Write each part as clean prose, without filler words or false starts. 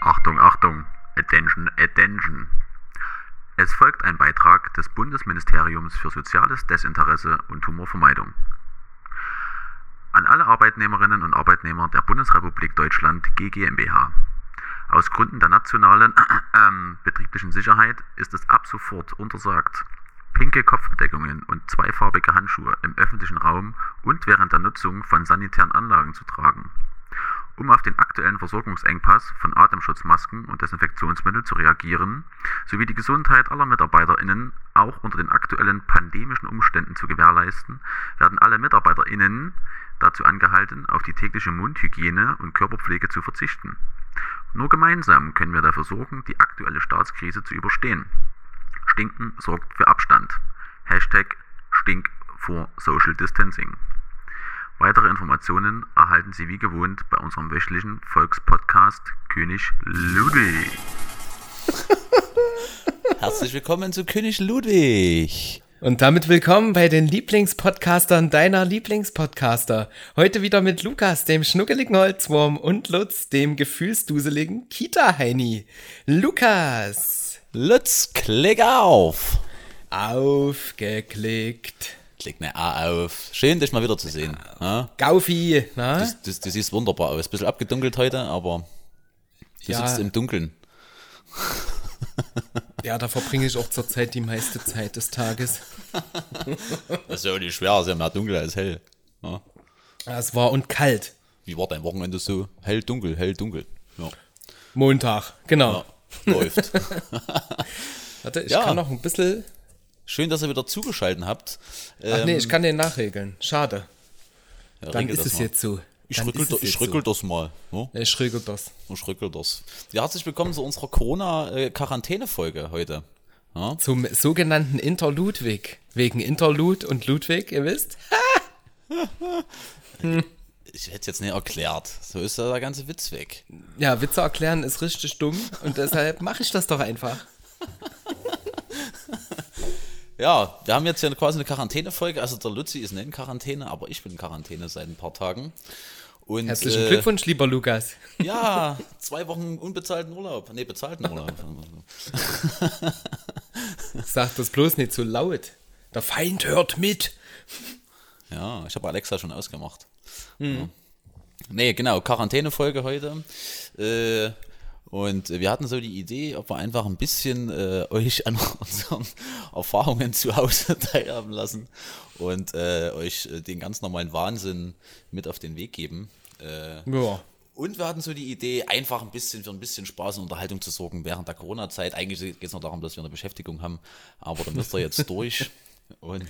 Achtung, Achtung, Attention, Attention. Es folgt ein Beitrag des Bundesministeriums für Soziales Desinteresse und Humorvermeidung. An alle Arbeitnehmerinnen und Arbeitnehmer der Bundesrepublik Deutschland GmbH. Aus Gründen der nationalen betrieblichen Sicherheit ist es ab sofort untersagt, pinke Kopfbedeckungen und zweifarbige Handschuhe im öffentlichen Raum und während der Nutzung von sanitären Anlagen zu tragen. Um auf den aktuellen Versorgungsengpass von Atemschutzmasken und Desinfektionsmitteln zu reagieren, sowie die Gesundheit aller MitarbeiterInnen auch unter den aktuellen pandemischen Umständen zu gewährleisten, werden alle MitarbeiterInnen dazu angehalten, auf die tägliche Mundhygiene und Körperpflege zu verzichten. Nur gemeinsam können wir dafür sorgen, die aktuelle Staatskrise zu überstehen. Stinken sorgt für Abstand. #Stink vor Social Distancing. Weitere Informationen erhalten Sie wie gewohnt bei unserem wöchentlichen Volkspodcast König Ludwig. Herzlich willkommen zu König Ludwig. Und damit willkommen bei den Lieblingspodcastern deiner Lieblingspodcaster. Heute wieder mit Lukas, dem schnuckeligen Holzwurm, und Lutz, dem gefühlsduseligen Kita-Heini. Lukas! Lutz, klick auf! Aufgeklickt. Klick ne A auf. Schön, dich mal wieder zu sehen. Ja? Gaufi, na? Du siehst wunderbar aus. Bisschen abgedunkelt heute, aber du sitzt im Dunkeln. Ja, da verbringe ich auch zurzeit die meiste Zeit des Tages. Das ist ja auch nicht schwer, es ist ja mehr dunkel als hell. Ja. Es war und kalt. Wie war dein Wochenende so? Hell, dunkel, hell, dunkel. Ja. Montag, genau. Ja, läuft. Warte, ich kann noch ein bisschen... Schön, dass ihr wieder zugeschaltet habt. Ach nee, ich kann den nachregeln. Schade. Ja, Dann ist es mal. Jetzt so. Ich rückel das mal. Ja? Ich rückel das. Ja, herzlich willkommen zu unserer Corona-Quarantäne-Folge heute. Ja? Zum sogenannten Interludwig. Wegen Interlude und Ludwig, ihr wisst. Ich hätte es jetzt nicht erklärt. So ist ja der ganze Witz weg. Ja, Witze erklären ist richtig dumm und deshalb mache ich das doch einfach. Ja, wir haben jetzt hier quasi eine Quarantäne-Folge. Also der Luzi ist nicht in Quarantäne, aber ich bin in Quarantäne seit ein paar Tagen. Und, herzlichen Glückwunsch, lieber Lukas. Ja, 2 Wochen unbezahlten Urlaub. Nee, bezahlten Urlaub. Sag das bloß nicht so laut. Der Feind hört mit. Ja, ich habe Alexa schon ausgemacht. Ja. Nee, genau, Quarantäne-Folge heute. Und wir hatten so die Idee, ob wir einfach ein bisschen euch an unseren Erfahrungen zu Hause teilhaben lassen und euch den ganz normalen Wahnsinn mit auf den Weg geben. Ja. Und wir hatten so die Idee, einfach für ein bisschen Spaß und Unterhaltung zu sorgen während der Corona-Zeit. Eigentlich geht es nur darum, dass wir eine Beschäftigung haben, aber da müsst ihr jetzt durch. Und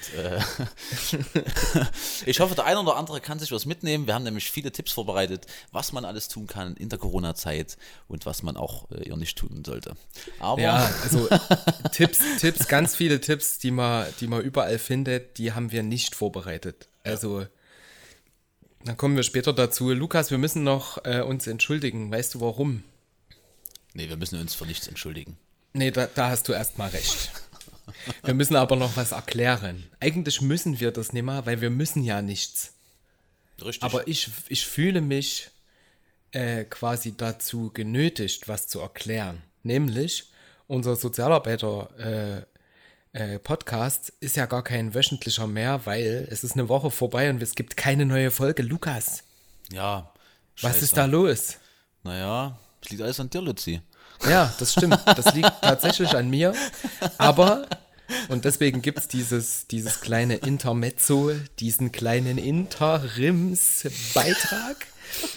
ich hoffe, der eine oder andere kann sich was mitnehmen. Wir haben nämlich viele Tipps vorbereitet, was man alles tun kann in der Corona-Zeit und was man auch eher nicht tun sollte. Aber ja, also Tipps, ganz viele Tipps, die man überall findet, die haben wir nicht vorbereitet. Also, dann kommen wir später dazu. Lukas, wir müssen noch uns entschuldigen. Weißt du warum? Nee, wir müssen uns für nichts entschuldigen. Nee, da hast du erstmal recht. Wir müssen aber noch was erklären. Eigentlich müssen wir das nicht mehr, weil wir müssen ja nichts. Richtig. Aber ich fühle mich quasi dazu genötigt, was zu erklären. Nämlich, unser Sozialarbeiter Podcast ist ja gar kein wöchentlicher mehr, weil es ist eine Woche vorbei und es gibt keine neue Folge. Lukas, Ja. was ist da los? Naja, es liegt alles an dir, Luzi. Ja, das stimmt. Das liegt tatsächlich an mir. Aber, und deswegen gibt es dieses kleine Intermezzo, diesen kleinen Interimsbeitrag.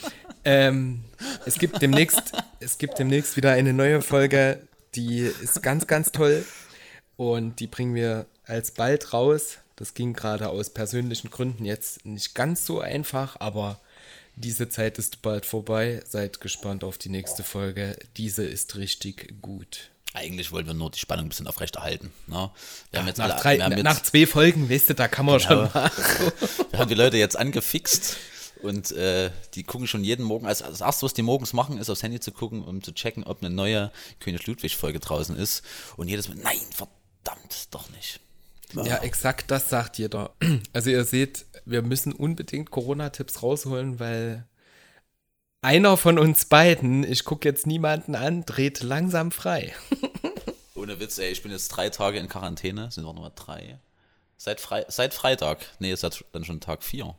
Es gibt demnächst wieder eine neue Folge, die ist ganz, ganz toll. Und die bringen wir alsbald raus. Das ging gerade aus persönlichen Gründen jetzt nicht ganz so einfach, aber diese Zeit ist bald vorbei. Seid gespannt auf die nächste Folge. Diese ist richtig gut. Eigentlich wollen wir nur die Spannung ein bisschen aufrechterhalten. Ne? Wir haben jetzt nach 2 Folgen, weißt du, da kann man schon mal. Wir haben die Leute jetzt angefixt und die gucken schon jeden Morgen. Also das Erste, was die morgens machen, ist aufs Handy zu gucken, um zu checken, ob eine neue König Ludwig-Folge draußen ist. Und jedes Mal, nein, verdammt, doch nicht. Ja, exakt das sagt jeder. Also ihr seht, wir müssen unbedingt Corona-Tipps rausholen, weil einer von uns beiden, ich gucke jetzt niemanden an, dreht langsam frei. Ohne Witz, ey, ich bin jetzt 3 Tage in Quarantäne. Sind auch nochmal 3. Seit Freitag. Nee, ist dann schon Tag 4.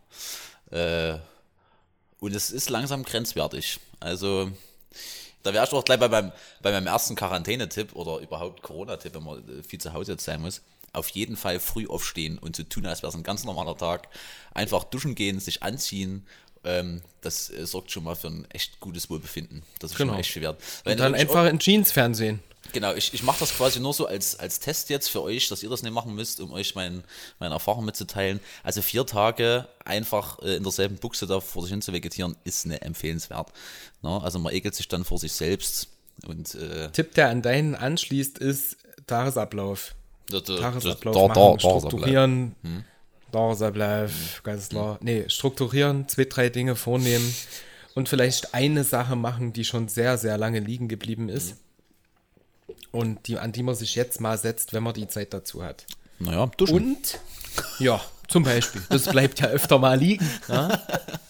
Und es ist langsam grenzwertig. Also, da wäre ich doch gleich bei meinem ersten Quarantänetipp oder überhaupt Corona-Tipp, wenn man viel zu Hause jetzt sein muss. Auf jeden Fall früh aufstehen und so tun, als wäre es ein ganz normaler Tag. Einfach duschen gehen, sich anziehen. Das sorgt schon mal für ein echt gutes Wohlbefinden. Das ist schon mal echt viel wert. Und dann einfach in Jeans Fernsehen. Genau, ich mache das quasi nur so als Test jetzt für euch, dass ihr das nicht machen müsst, um euch meine Erfahrung mitzuteilen. Also 4 Tage einfach in derselben Buchse da vor sich hin zu vegetieren, ist nicht empfehlenswert. Na, also man ekelt sich dann vor sich selbst. Und, Tipp, der an deinen anschließt, ist Tagesablauf. Tagesablauf Tagesablauf. Strukturieren. Tagesablauf, ganz klar. Nee, strukturieren, 2, 3 Dinge vornehmen und vielleicht eine Sache machen, die schon sehr, sehr lange liegen geblieben ist. Und an die man sich jetzt mal setzt, wenn man die Zeit dazu hat. Naja, duschen. Und, ja, zum Beispiel, das bleibt ja öfter mal liegen. Ja?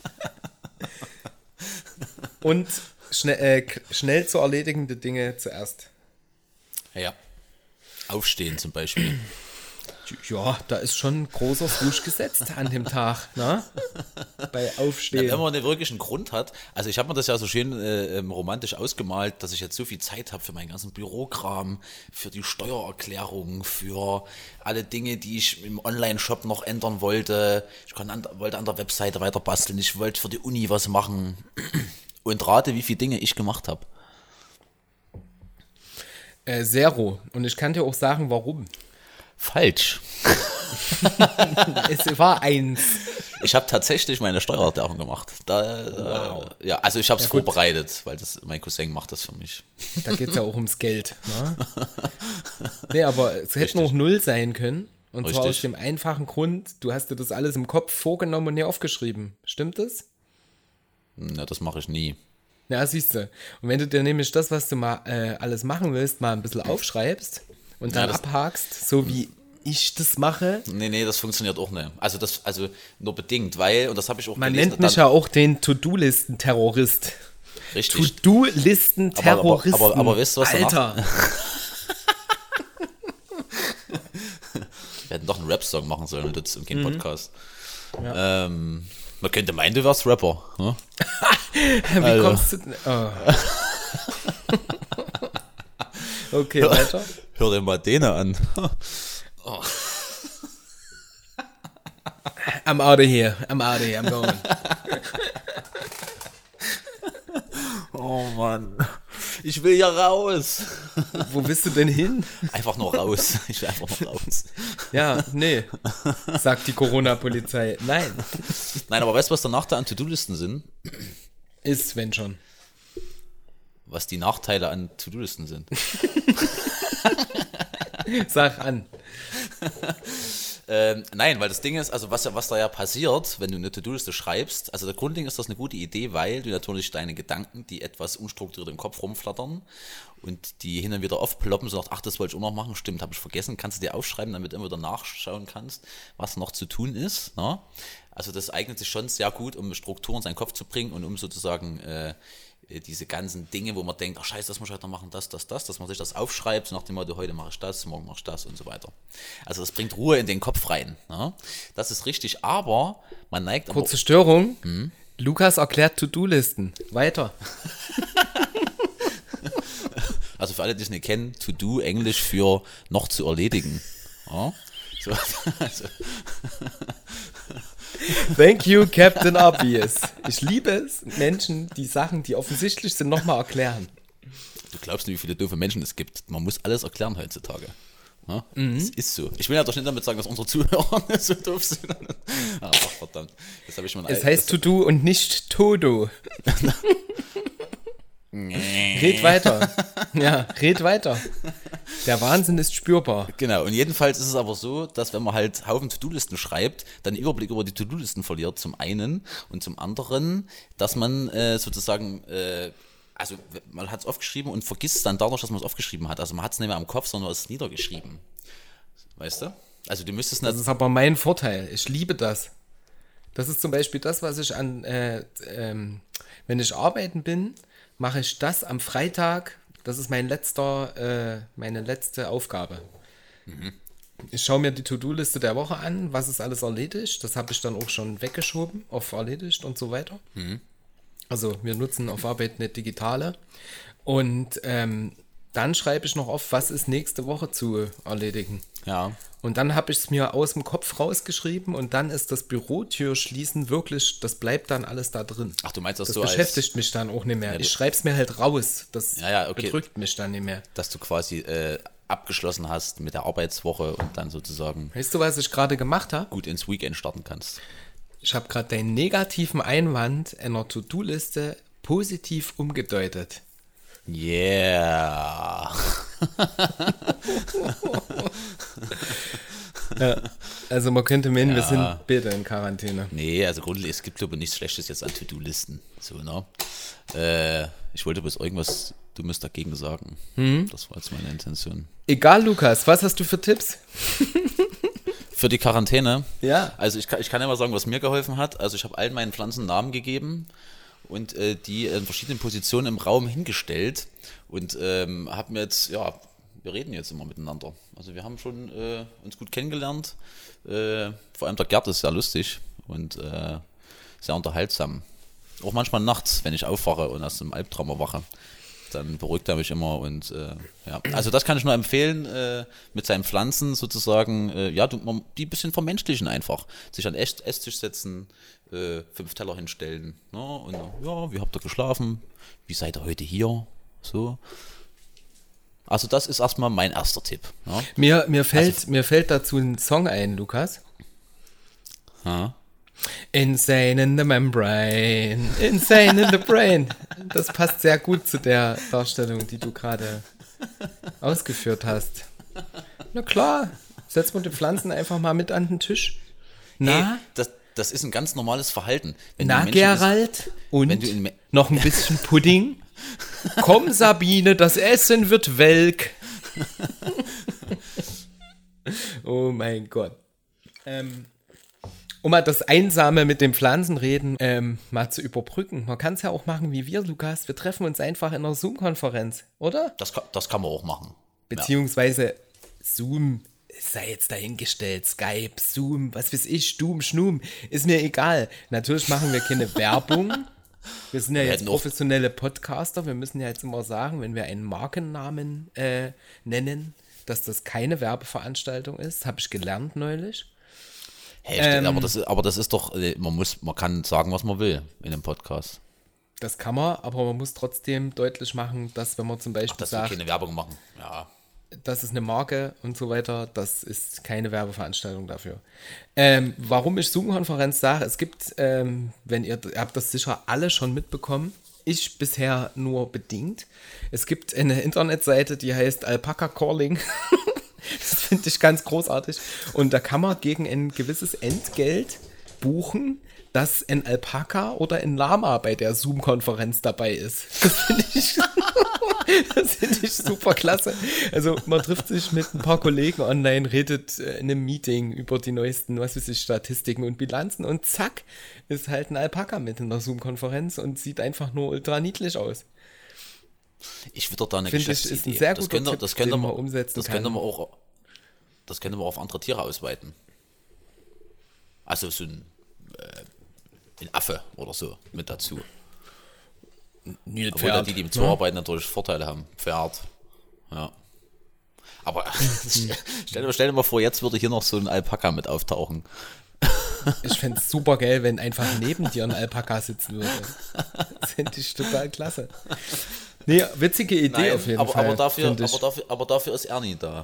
Und schnell zu erledigende Dinge zuerst. Ja, aufstehen zum Beispiel. Ja, da ist schon ein großer Fuß gesetzt an dem Tag, ne? Bei Aufstehen. Ja, wenn man nicht wirklich einen Grund hat, also ich habe mir das ja so schön romantisch ausgemalt, dass ich jetzt so viel Zeit habe für meinen ganzen Bürokram, für die Steuererklärung, für alle Dinge, die ich im Online-Shop noch ändern wollte. Ich wollte an der Webseite weiter basteln, ich wollte für die Uni was machen. Und rate, wie viele Dinge ich gemacht habe. 0. Und ich kann dir auch sagen, warum. Falsch. Es war 1. Ich habe tatsächlich meine Steuererklärung gemacht. Wow. Ja, also ich habe es Ja, gut. vorbereitet, weil mein Cousin macht das für mich. Da geht es ja auch ums Geld. Ne? Nee, aber es hätte Richtig. noch 0 sein können. Und zwar Richtig. aus dem einfachen Grund, du hast dir das alles im Kopf vorgenommen und nie aufgeschrieben. Stimmt das? Na, das mache ich nie. Ja, siehst du. Und wenn du dir nämlich das, was du mal alles machen willst, mal ein bisschen aufschreibst und dann Ja, das- abhakst, so wie ich das mache. Nee, das funktioniert auch nicht. Also nur bedingt, weil, und das habe ich auch Man gelesen. nennt mich ja auch den dann, To-Do-Listen-Terrorist. richtig. To-Do-Listen-Terroristen. Aber weißt du, was danach- Alter. Wir hätten doch einen Rap-Song machen sollen und jetzt keinen Podcast. Man könnte meinen, du wärst Rapper. Ne? Wie kommst du denn? Oh. Okay, weiter. Hör dir mal den an. I'm out of here, I'm going. Oh Mann. Ich will ja raus. Wo bist du denn hin? Einfach nur raus. Ich will einfach nur raus. Ja, nee, sagt die Corona-Polizei. Nein, Nein, aber weißt du, was der Nachteil an To-Do-Listen sind? ist, wenn schon. Was die Nachteile an To-Do-Listen sind? Sag an. Nein, weil das Ding ist, also was da ja passiert, wenn du eine To-Do-Liste schreibst, also der Grundding ist das eine gute Idee, weil du natürlich deine Gedanken, die etwas unstrukturiert im Kopf rumflattern und die hin und wieder aufploppen, so nach, ach, das wollte ich auch noch machen, stimmt, habe ich vergessen, kannst du dir aufschreiben, damit du immer wieder nachschauen kannst, was noch zu tun ist. Ne? Also das eignet sich schon sehr gut, um Struktur in seinen Kopf zu bringen und um sozusagen diese ganzen Dinge, wo man denkt, ach scheiße, das muss ich heute noch machen, dass man sich das aufschreibt, so nach dem Motto, heute mache ich das, morgen mache ich das und so weiter. Also das bringt Ruhe in den Kopf rein. Ne? Das ist richtig, aber man neigt Kurze Störung. Lukas erklärt To-Do-Listen. Weiter. also für alle, die es nicht kennen, To Do Englisch für noch zu erledigen. Ja? So, also, Thank you, Captain Obvious. Ich liebe es, Menschen, die Sachen, die offensichtlich sind, nochmal erklären. du glaubst nicht, wie viele doofe Menschen es gibt. Man muss alles erklären heutzutage. Ja? Das ist so. Ich will ja doch nicht damit sagen, dass unsere Zuhörer nicht so doof sind. Ach, verdammt. Jetzt habe ich mal Es heißt To-Do und nicht Todo. Red weiter. Ja, red weiter. Der Wahnsinn ist spürbar. Genau, und jedenfalls ist es aber so, dass wenn man halt Haufen To-Do-Listen schreibt, dann den Überblick über die To-Do-Listen verliert zum einen und zum anderen, dass man sozusagen, also man hat es aufgeschrieben und vergisst es dann dadurch, dass man es aufgeschrieben hat. Also man hat es nicht mehr am Kopf, sondern es ist niedergeschrieben. Weißt du? Also du müsstest nicht... Das ist aber mein Vorteil. Ich liebe das. Das ist zum Beispiel das, was ich an wenn ich arbeiten bin, mache ich das am Freitag. Das ist meine letzte Aufgabe. Ich schaue mir die To-Do-Liste der Woche an, was ist alles erledigt. Das habe ich dann auch schon weggeschoben auf erledigt und so weiter. Also wir nutzen auf Arbeit eine digitale. Und dann schreibe ich noch auf, was ist nächste Woche zu erledigen. Ja. Und dann habe ich es mir aus dem Kopf rausgeschrieben und dann ist das Bürotür schließen wirklich, das bleibt dann alles da drin. Ach, du meinst das Das so beschäftigt mich dann auch nicht mehr. Ja, Ich schreibe es mir halt raus. Das okay. bedrückt mich dann nicht mehr. dass du quasi abgeschlossen hast mit der Arbeitswoche und dann sozusagen Weißt du, was ich gerade gemacht habe? gut ins Weekend starten kannst. Ich habe gerade deinen negativen Einwand einer To-Do-Liste positiv umgedeutet. Yeah. Also man könnte meinen, wir sind beide in Quarantäne. Nee, also grundlegend, es gibt glaube ich nichts Schlechtes jetzt an To-Do-Listen. So, ne? Ich wollte bloß irgendwas Dummes dagegen sagen. Das war jetzt meine Intention. Egal, Lukas, was hast du für Tipps? Für die Quarantäne? Ja. Also ich kann ja mal sagen, was mir geholfen hat. Also ich habe allen meinen Pflanzen Namen gegeben und die in verschiedenen Positionen im Raum hingestellt und habe mir jetzt, wir reden jetzt immer miteinander. Also wir haben schon uns gut kennengelernt. Vor allem der Gerd ist sehr lustig und sehr unterhaltsam. Auch manchmal nachts, wenn ich aufwache und aus einem Albtraum erwache, dann beruhigt er mich immer und also das kann ich nur empfehlen, mit seinen Pflanzen sozusagen, die ein bisschen vermenschlichen einfach. Sich an den Esstisch setzen, 5 Teller hinstellen, ne? Und wie habt ihr geschlafen? Wie seid ihr heute hier? So. Also das ist erstmal mein erster Tipp. Ja? Mir fällt dazu ein Song ein, Lukas. Insane in the membrane, insane in the brain. Das passt sehr gut zu der Darstellung, die du gerade ausgeführt hast. Na klar, setzt man die Pflanzen einfach mal mit an den Tisch. Na? Hey, das ist ein ganz normales Verhalten. Na, Gerald? Und noch ein bisschen Pudding? Komm, Sabine, das Essen wird welk. Oh mein Gott. Um mal das Einsame mit dem Pflanzenreden mal zu überbrücken. Man kann es ja auch machen wie wir, Lukas. Wir treffen uns einfach in einer Zoom-Konferenz, oder? Das kann man auch machen. Beziehungsweise Zoom, sei jetzt dahingestellt, Skype, Zoom, was weiß ich, Stumm, Schnum, ist mir egal. Natürlich machen wir keine Werbung. Wir sind ja jetzt professionelle Podcaster. Wir müssen ja jetzt immer sagen, wenn wir einen Markennamen nennen, dass das keine Werbeveranstaltung ist. Habe ich gelernt neulich. Hey, aber das ist doch, man kann sagen, was man will in einem Podcast. Das kann man, aber man muss trotzdem deutlich machen, dass wenn man zum Beispiel dass wir keine Werbung machen. Ja. Das ist eine Marke und so weiter, das ist keine Werbeveranstaltung dafür. Warum ich Zoom-Konferenz sage, es gibt, ihr habt das sicher alle schon mitbekommen, ich bisher nur bedingt. Es gibt eine Internetseite, die heißt Alpaca Calling. Das finde ich ganz großartig. Und da kann man gegen ein gewisses Entgelt buchen, dass ein Alpaka oder ein Lama bei der Zoom-Konferenz dabei ist. Das finde ich super klasse. Also man trifft sich mit ein paar Kollegen online, redet in einem Meeting über die neuesten, Statistiken und Bilanzen und zack, ist halt ein Alpaka mit in der Zoom-Konferenz und sieht einfach nur ultra niedlich aus. Ich würde da eine Geschäftsidee. Ist ein sehr guter Tipp, den man umsetzen kann. Das können wir auf andere Tiere ausweiten. Also so ein Affe oder so mit dazu. Obwohl die im Zoo arbeiten, natürlich Vorteile haben. Pferd. Ja. Aber stell dir mal vor, jetzt würde hier noch so ein Alpaka mit auftauchen. Ich fände es super geil, wenn einfach neben dir ein Alpaka sitzen würde. Das fände ich total klasse. Nee, witzige Idee auf jeden Fall. Aber dafür ist Ernie da.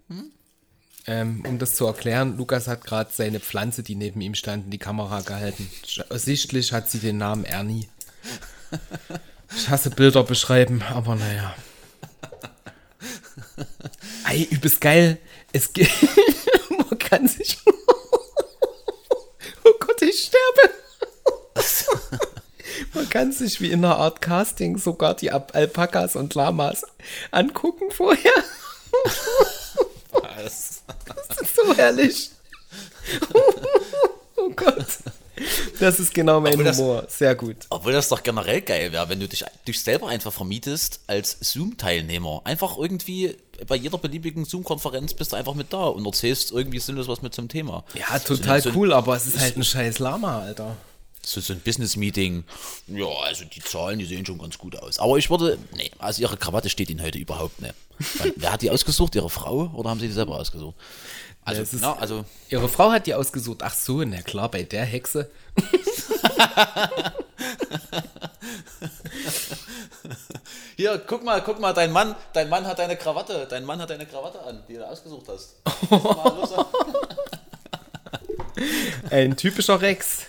Um das zu erklären, Lukas hat gerade seine Pflanze, die neben ihm stand, in die Kamera gehalten. Sichtlich hat sie den Namen Ernie. Ich hasse Bilder beschreiben, aber naja. Ey, übelst geil. Es geht. Man kann sich. Oh Gott, ich sterbe. Man kann sich wie in einer Art Casting sogar die Alpakas und Lamas angucken vorher. Was? Das ist so herrlich. Oh Gott. Das ist genau mein Obwohl das- Humor. Sehr gut. Obwohl das doch generell geil wäre, wenn du dich selber einfach vermietest als Zoom-Teilnehmer. Einfach irgendwie bei jeder beliebigen Zoom-Konferenz bist du einfach mit da und erzählst irgendwie sinnlos was mit zum Thema. Ja, total so, cool, aber es ist halt ein scheiß Lama, Alter. So ein Business-Meeting. Ja, also die Zahlen, die sehen schon ganz gut aus. Aber ich würde, nee, also ihre Krawatte steht Ihnen heute überhaupt nicht. Wer hat die ausgesucht? Ihre Frau? Oder haben Sie die selber ausgesucht? Also, es ist- na, also Ihre Frau hat die ausgesucht. Ach so, na klar, bei der Hexe. hier, guck mal, dein Mann hat deine Krawatte an, die du ausgesucht hast. Mal los. Ein typischer Rex.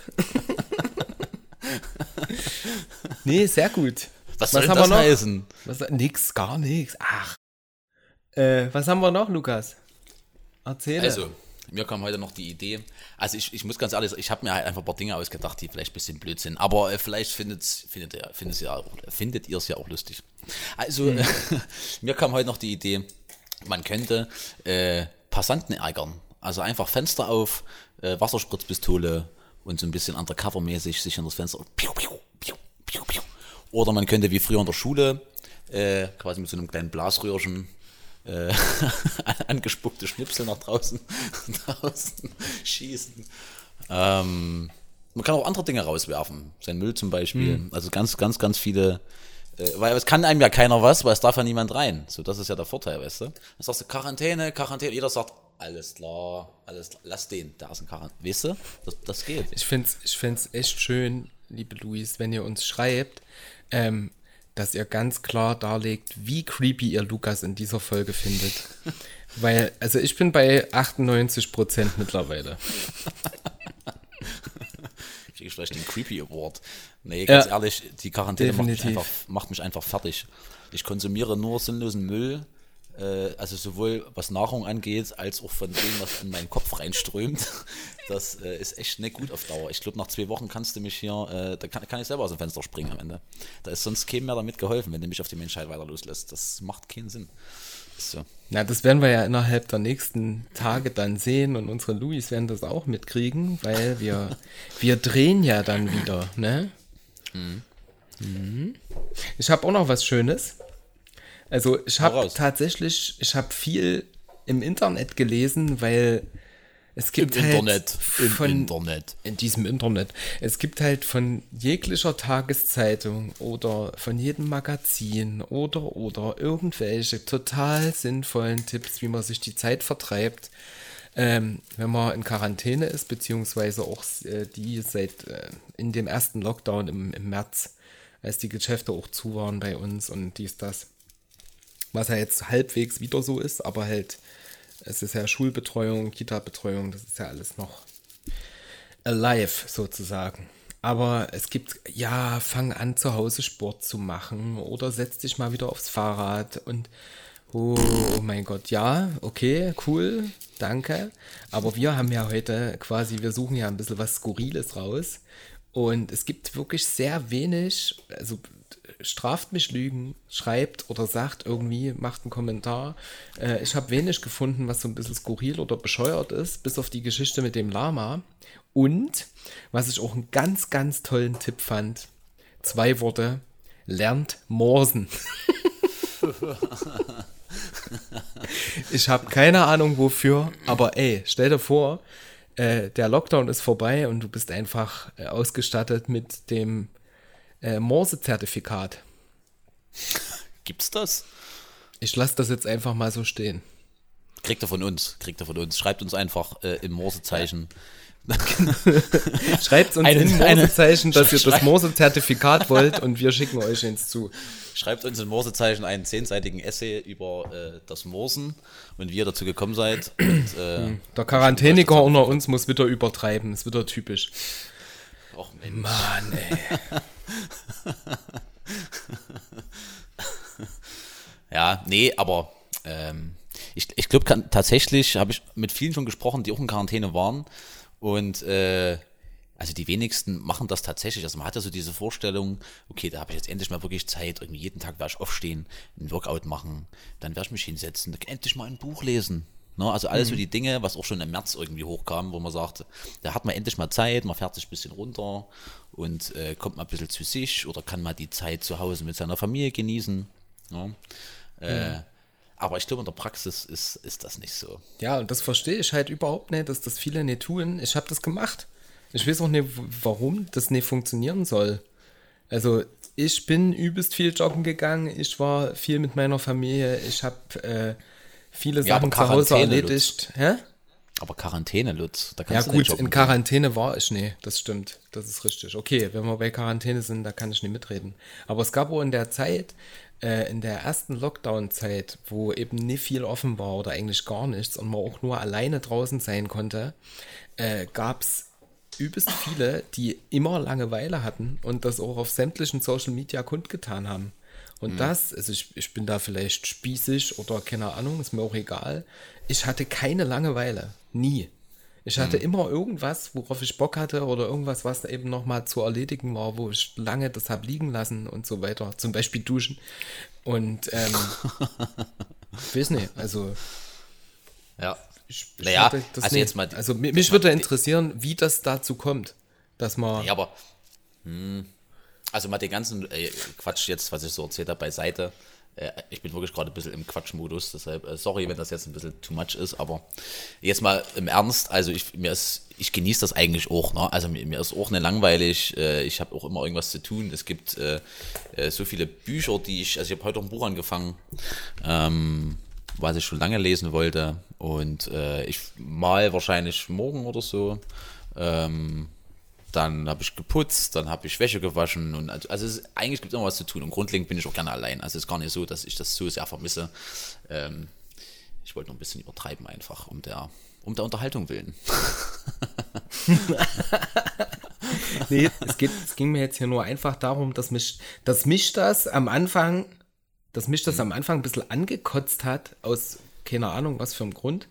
Nee, sehr gut. Was soll haben das wir noch? heißen? Nix, gar nichts. Ach. Was haben wir noch, Lukas? Erzähl. Also, mir kam heute noch die Idee. Also ich muss ganz ehrlich sagen, ich habe mir halt einfach ein paar Dinge ausgedacht, die vielleicht ein bisschen blöd sind. Aber vielleicht findet ihr es ja auch lustig. Also, mir kam heute noch die Idee, man könnte Passanten ärgern. Also einfach Fenster auf, Wasserspritzpistole und so ein bisschen undercover-mäßig sich in das Fenster. Piu, piu, piu, piu, piu. Oder man könnte wie früher in der Schule quasi mit so einem kleinen Blasröhrchen angespuckte Schnipsel nach draußen schießen. Man kann auch andere Dinge rauswerfen. Sein Müll zum Beispiel. Also ganz, ganz, ganz viele. Weil es kann einem ja keiner was, weil es darf ja niemand rein. So, das ist ja der Vorteil, weißt du? Dann sagst du Quarantäne. Jeder sagt, alles klar, lass den, da ist ein Quarantäne. Weißt du? Das geht. Ich find's echt schön, liebe Luis, wenn ihr uns schreibt, dass ihr ganz klar darlegt, wie creepy ihr Lukas in dieser Folge findet. Weil, also ich bin bei 98% mittlerweile. Kriege ich vielleicht den Creepy Award. Nee, ganz ehrlich, die Quarantäne definitiv. macht mich einfach fertig. Ich konsumiere nur sinnlosen Müll, also sowohl was Nahrung angeht, als auch von dem, was in meinen Kopf reinströmt. Das ist echt nicht gut auf Dauer. Ich glaube, nach 2 Wochen kannst du mich hier, da kann ich selber aus dem Fenster springen am Ende. Da ist sonst keinem mehr damit geholfen, wenn du mich auf die Menschheit weiter loslässt. Das macht keinen Sinn. So. Na, das werden wir ja innerhalb der nächsten Tage dann sehen und unsere Luis werden das auch mitkriegen, weil wir drehen ja dann wieder, ne? Mhm. Ich habe auch noch was Schönes. Also ich habe viel im Internet gelesen, weil es gibt in diesem Internet, es gibt halt von jeglicher Tageszeitung oder von jedem Magazin oder irgendwelche total sinnvollen Tipps, wie man sich die Zeit vertreibt, wenn man in Quarantäne ist, beziehungsweise auch die seit in dem ersten Lockdown im März, als die Geschäfte auch zu waren bei uns und das. Was ja jetzt halbwegs wieder so ist, aber halt, es ist ja Schulbetreuung, Kita-Betreuung, das ist ja alles noch alive sozusagen. Aber es gibt, ja, fang an zu Hause Sport zu machen oder setz dich mal wieder aufs Fahrrad und oh mein Gott, ja, okay, cool, danke. Aber wir haben ja heute quasi, wir suchen ja ein bisschen was Skurriles raus und es gibt wirklich sehr wenig, also straft mich Lügen, schreibt oder sagt irgendwie, macht einen Kommentar. Ich habe wenig gefunden, was so ein bisschen skurril oder bescheuert ist, bis auf die Geschichte mit dem Lama. Und, was ich auch einen ganz, ganz tollen Tipp fand, 2 Worte, lernt Morsen. Ich habe keine Ahnung wofür, aber ey, stell dir vor, der Lockdown ist vorbei und du bist einfach ausgestattet mit dem Morse-Zertifikat. Gibt's das? Ich lasse das jetzt einfach mal so stehen. Kriegt er von uns. Schreibt uns einfach im Morsezeichen. Schreibt uns in Morsezeichen, dass ihr das Morse-Zertifikat wollt und wir schicken euch ins zu. Schreibt uns in Morsezeichen einen 10-seitigen Essay über das Morsen und wie ihr dazu gekommen seid. Und, der Quarantäniker unter uns muss wieder übertreiben, ist wieder typisch. Och Mensch. Mann, ey. Ja, nee, aber ich glaube, tatsächlich habe ich mit vielen schon gesprochen, die auch in Quarantäne waren. Und also die wenigsten machen das tatsächlich. Also man hat ja so diese Vorstellung, okay, da habe ich jetzt endlich mal wirklich Zeit. Irgendwie jeden Tag werde ich aufstehen, einen Workout machen, dann werde ich mich hinsetzen, endlich mal ein Buch lesen. Ne? Also alles so die Dinge, was auch schon im März irgendwie hochkam, wo man sagte, da hat man endlich mal Zeit, man fährt sich ein bisschen runter und kommt mal ein bisschen zu sich oder kann mal die Zeit zu Hause mit seiner Familie genießen. Ne? Aber ich glaube, in der Praxis ist das nicht so. Ja, und das verstehe ich halt überhaupt nicht, dass das viele nicht tun. Ich habe das gemacht. Ich weiß auch nicht, warum das nicht funktionieren soll. Also ich bin übelst viel joggen gegangen, ich war viel mit meiner Familie, ich habe viele Ja, aber Sachen zu Hause Quarantäne, erledigt. Hä? Aber Quarantäne, Lutz, da Ja kannst du gut, nicht joggen in Quarantäne war ich nicht, das stimmt, das ist richtig. Okay, wenn wir bei Quarantäne sind, da kann ich nicht mitreden. Aber es gab auch in der Zeit, in der ersten Lockdown-Zeit, wo eben nicht viel offen war oder eigentlich gar nichts und man auch nur alleine draußen sein konnte, gab es übelst viele, die immer Langeweile hatten und das auch auf sämtlichen Social Media kundgetan haben. Und das, also ich bin da vielleicht spießig oder keine Ahnung, ist mir auch egal. Ich hatte keine Langeweile. Nie. Ich hatte immer irgendwas, worauf ich Bock hatte oder irgendwas, was eben nochmal zu erledigen war, wo ich lange das habe liegen lassen und so weiter. Zum Beispiel duschen. Und ich weiß nicht, also Ja. ich Naja, würde das also nicht. jetzt mal. Also mich würde interessieren, wie das dazu kommt, dass man. Ja, aber. Also mal den ganzen Quatsch jetzt, was ich so erzählt habe, beiseite. Ich bin wirklich gerade ein bisschen im Quatschmodus, deshalb sorry, wenn das jetzt ein bisschen too much ist, aber jetzt mal im Ernst, also ich genieße das eigentlich auch, ne? Also mir ist auch nicht langweilig, ich habe auch immer irgendwas zu tun, es gibt so viele Bücher, also ich habe heute auch ein Buch angefangen, was ich schon lange lesen wollte und ich mal wahrscheinlich morgen oder so, dann habe ich geputzt, dann habe ich Wäsche gewaschen und eigentlich gibt es immer was zu tun und grundlegend bin ich auch gerne allein. Also es ist gar nicht so, dass ich das so sehr vermisse. Ich wollte noch ein bisschen übertreiben einfach, um der Unterhaltung willen. Nee, es ging mir jetzt hier nur einfach darum, dass mich das am Anfang ein bisschen angekotzt hat, aus keine Ahnung was für einem Grund,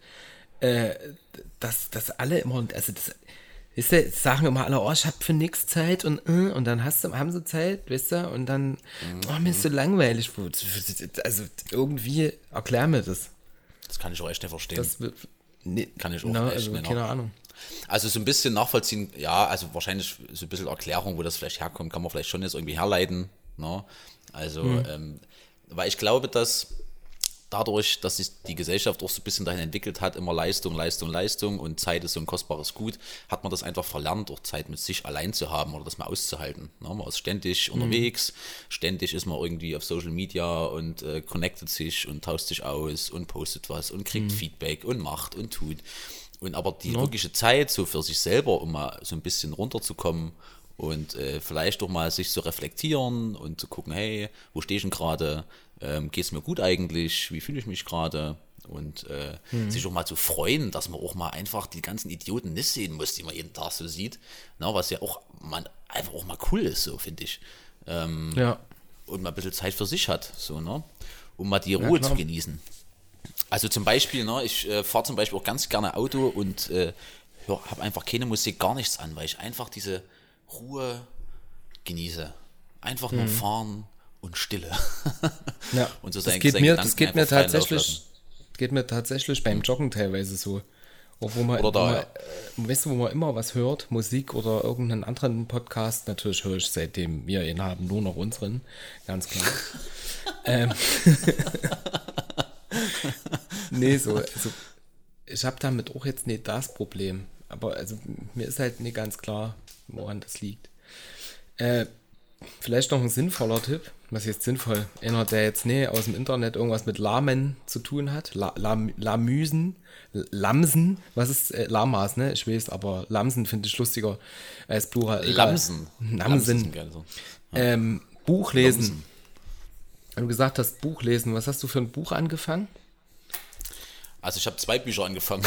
dass alle immer, also das, weißt du, sagen immer alle, oh, ich hab für nichts Zeit und dann haben sie Zeit, weißt du, und dann, oh, mir ist so langweilig. Also irgendwie erklär mir das. Das kann ich auch echt nicht verstehen. Das nee, Kann ich auch na, echt also, nicht keine Ahnung. Also so ein bisschen nachvollziehen, ja, also wahrscheinlich so ein bisschen Erklärung, wo das vielleicht herkommt, kann man vielleicht schon jetzt irgendwie herleiten. Ne? Also, weil ich glaube, dass dadurch, dass sich die Gesellschaft auch so ein bisschen dahin entwickelt hat, immer Leistung, Leistung, Leistung und Zeit ist so ein kostbares Gut, hat man das einfach verlernt, auch Zeit mit sich allein zu haben oder das mal auszuhalten. Ne? Man ist ständig unterwegs, ständig ist man irgendwie auf Social Media und connectet sich und tauscht sich aus und postet was und kriegt Feedback und macht und tut. Und aber die wirkliche Zeit so für sich selber, um mal so ein bisschen runterzukommen und vielleicht auch mal sich zu reflektieren und zu gucken, hey, wo stehe ich denn gerade? Geht es mir gut eigentlich? Wie fühle ich mich gerade? Und sich auch mal zu freuen, dass man auch mal einfach die ganzen Idioten nicht sehen muss, die man jeden Tag so sieht. Na, was ja auch einfach auch mal cool ist, so finde ich. Ja. Und mal ein bisschen Zeit für sich hat, so, ne? Um mal die Ruhe zu genießen. Also zum Beispiel, ne, ich fahre zum Beispiel auch ganz gerne Auto und habe einfach keine Musik, gar nichts an, weil ich einfach diese Ruhe genieße. Einfach nur fahren und Stille. Ja, und so das seinen geht mir Gedanken einfach freien Lauf lassen. geht mir tatsächlich beim Joggen teilweise so. Auch wo man, Oder da, ja. Weißt du, wo man immer was hört, Musik oder irgendeinen anderen Podcast, natürlich höre ich, seitdem wir ihn haben, nur noch unseren, ganz klar. Nee, also ich habe damit auch jetzt nicht das Problem, aber also mir ist halt nicht ganz klar, woran das liegt. Vielleicht noch ein sinnvoller Tipp, was jetzt sinnvoll, einer, der jetzt nicht aus dem Internet irgendwas mit Lamen zu tun hat, Lamsen, was ist Lamas, ne? Ich weiß, aber Lamsen finde ich lustiger als Plural. Lamsen. Lamsen. Ja. Buch lesen. Wenn du gesagt hast, Buch lesen, was hast du für ein Buch angefangen? Also ich habe 2 Bücher angefangen.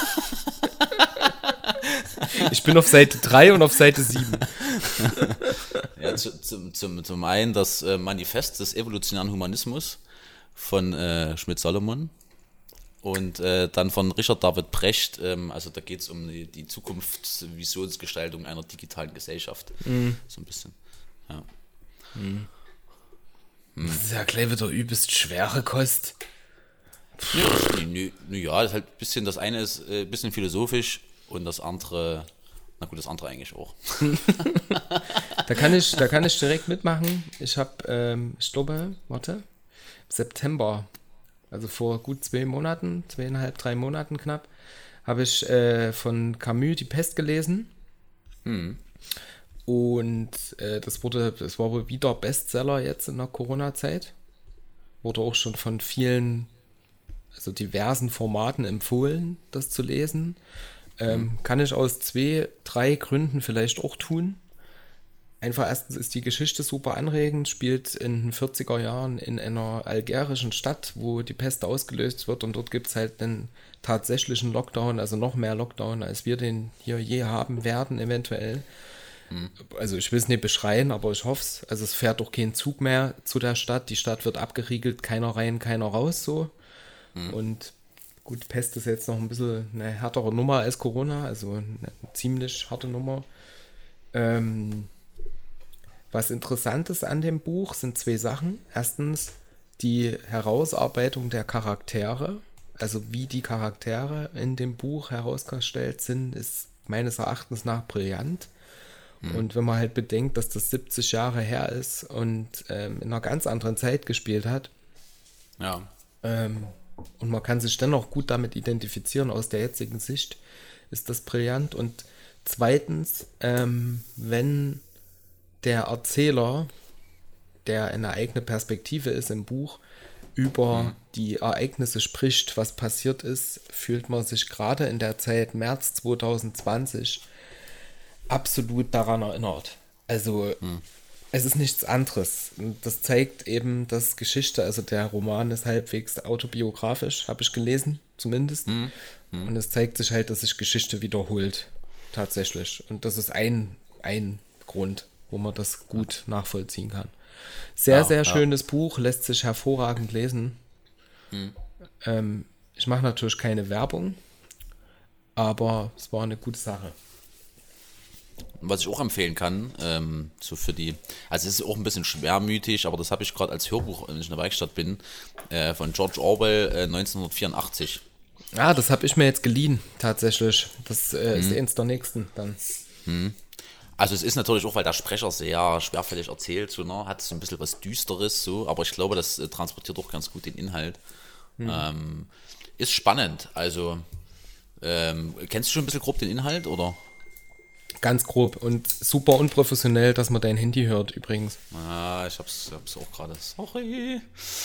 Ich bin auf Seite 3 und auf Seite 7. Ja, zum einen das Manifest des evolutionären Humanismus von Schmidt-Salomon und dann von Richard David Brecht, also da geht es um die Zukunftsvisionsgestaltung einer digitalen Gesellschaft. So ein bisschen. Ja. Das ist ja gleich wieder übelst schwere Kost. Ja, das ist halt ein bisschen, das eine ist ein bisschen philosophisch und das andere, na gut, das andere eigentlich auch. Da kann ich direkt mitmachen. Ich habe, ich glaube, im September, also vor gut 2 Monaten, 2,5, 3 Monaten knapp, habe ich von Camus Die Pest gelesen. Und das war wohl wieder Bestseller jetzt in der Corona-Zeit. Wurde auch schon von vielen, also diversen Formaten empfohlen, das zu lesen. Kann ich aus 2, 3 Gründen vielleicht auch tun. Einfach erstens ist die Geschichte super anregend, spielt in den 40er Jahren in einer algerischen Stadt, wo die Pest ausgelöst wird, und dort gibt es halt einen tatsächlichen Lockdown, also noch mehr Lockdown, als wir den hier je haben werden, eventuell. Also ich will es nicht beschreien, aber ich hoffe es. Also es fährt doch kein Zug mehr zu der Stadt, die Stadt wird abgeriegelt, keiner rein, keiner raus, so. Und gut, Pest ist jetzt noch ein bisschen eine härtere Nummer als Corona, also eine ziemlich harte Nummer. Was interessant ist an dem Buch sind 2 Sachen. Erstens die Herausarbeitung der Charaktere, also wie die Charaktere in dem Buch herausgestellt sind, ist meines Erachtens nach brillant. Und wenn man halt bedenkt, dass das 70 Jahre her ist und in einer ganz anderen Zeit gespielt hat, Ja. und man kann sich dennoch gut damit identifizieren aus der jetzigen Sicht, ist das brillant. Und zweitens, wenn der Erzähler, der eine eigene Perspektive ist im Buch, über die Ereignisse spricht, was passiert ist, fühlt man sich gerade in der Zeit März 2020 absolut daran erinnert. Also es ist nichts anderes. Und das zeigt eben, dass Geschichte, also der Roman ist halbwegs autobiografisch, habe ich gelesen, zumindest. Und es zeigt sich halt, dass sich Geschichte wiederholt, tatsächlich. Und das ist ein Grund, wo man das gut nachvollziehen kann. Sehr schönes Buch, lässt sich hervorragend lesen. Ich mache natürlich keine Werbung, aber es war eine gute Sache. Was ich auch empfehlen kann, so für die, also es ist auch ein bisschen schwermütig, aber das habe ich gerade als Hörbuch, wenn ich in der Werkstatt bin, von George Orwell 1984. Ah, das habe ich mir jetzt geliehen, tatsächlich. Das ist eins der nächsten dann. Also es ist natürlich auch, weil der Sprecher sehr schwerfällig erzählt, so, ne, hat so ein bisschen was Düsteres, so, aber ich glaube, das transportiert auch ganz gut den Inhalt. Ist spannend, also kennst du schon ein bisschen grob den Inhalt, oder? Ganz grob und super unprofessionell, dass man dein Handy hört, übrigens. Ah, ich hab's auch gerade. Sorry.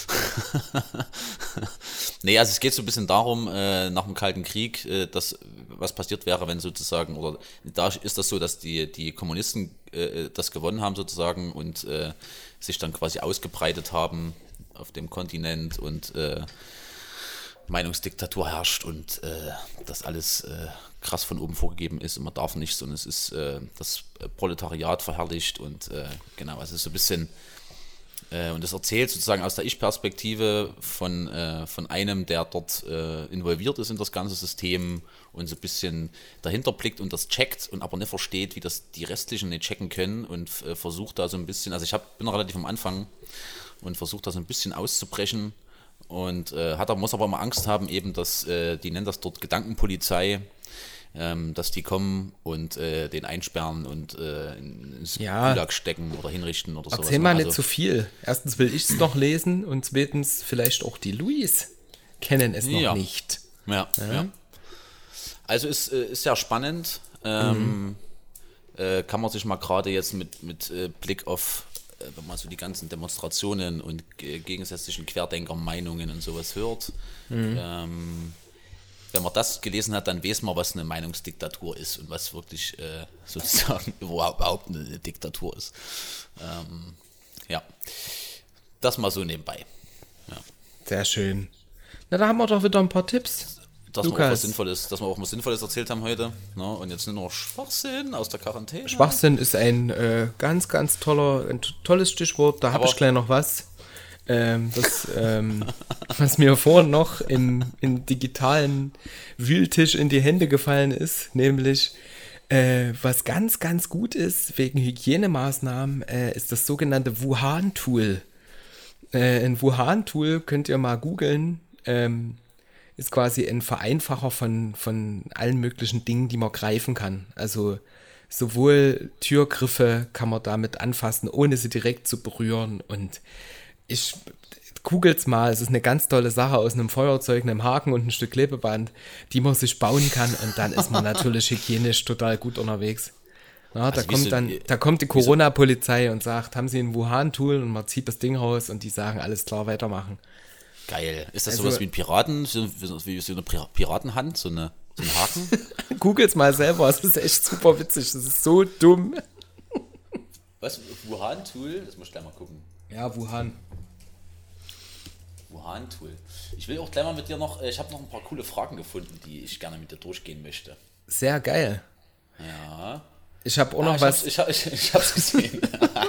Nee, also es geht so ein bisschen darum, nach dem Kalten Krieg, was passiert wäre, wenn sozusagen, oder da ist das so, dass die Kommunisten das gewonnen haben sozusagen und sich dann quasi ausgebreitet haben auf dem Kontinent und Meinungsdiktatur herrscht und das alles krass von oben vorgegeben ist und man darf nichts und es ist das Proletariat verherrlicht und genau, also es ist so ein bisschen und das erzählt sozusagen aus der Ich-Perspektive von einem, der dort involviert ist in das ganze System und so ein bisschen dahinter blickt und das checkt und aber nicht versteht, wie das die Restlichen nicht checken können und versucht da so ein bisschen, also bin noch relativ am Anfang und versucht da so ein bisschen auszubrechen und muss aber immer Angst haben eben, dass die nennen das dort Gedankenpolizei, dass die kommen und den einsperren und ins Gulag stecken oder hinrichten oder sowas. Erzähl mal nicht zu viel. Erstens will ich es noch lesen und zweitens vielleicht auch die Louis kennen es noch nicht. Ja. Also ist sehr spannend. Kann man sich mal gerade jetzt mit Blick auf wenn man so die ganzen Demonstrationen und gegensätzlichen Querdenker-Meinungen und sowas hört, wenn man das gelesen hat, dann weiß man, was eine Meinungsdiktatur ist und was wirklich sozusagen überhaupt eine Diktatur ist. Ja, das mal so nebenbei. Ja. Sehr schön. Na, da haben wir doch wieder ein paar Tipps. Dass wir auch was Sinnvolles erzählt haben heute. Ne? Und jetzt nur noch Schwachsinn aus der Quarantäne. Schwachsinn ist ein ganz, ganz tolles Stichwort. Da habe ich gleich noch was. Was mir vorhin noch im digitalen Wühltisch in die Hände gefallen ist, nämlich was ganz, ganz gut ist wegen Hygienemaßnahmen, ist das sogenannte Wuhan-Tool. Ein Wuhan-Tool könnt ihr mal googeln. ist quasi ein Vereinfacher von allen möglichen Dingen, die man greifen kann. Also sowohl Türgriffe kann man damit anfassen, ohne sie direkt zu berühren. Und ich googelt's mal, es ist eine ganz tolle Sache aus einem Feuerzeug, einem Haken und ein Stück Klebeband, die man sich bauen kann. Und dann ist man natürlich hygienisch total gut unterwegs. Ja, Also da kommt die Corona-Polizei und sagt, haben Sie ein Wuhan-Tool? Und man zieht das Ding raus und die sagen, alles klar, weitermachen. Geil. Ist das Also- sowas wie ein Piraten, wie so eine Piratenhand, so ein Haken? Googles mal selber, es ist echt super witzig, das ist so dumm. Was? Wuhan-Tool? Das muss ich gleich mal gucken. Ja, Wuhan. Wuhan-Tool. Ich will auch gleich mal mit dir noch, ich habe noch ein paar coole Fragen gefunden, die ich gerne mit dir durchgehen möchte. Sehr geil. Ja. Ich habe auch noch ich was. Ich hab's gesehen.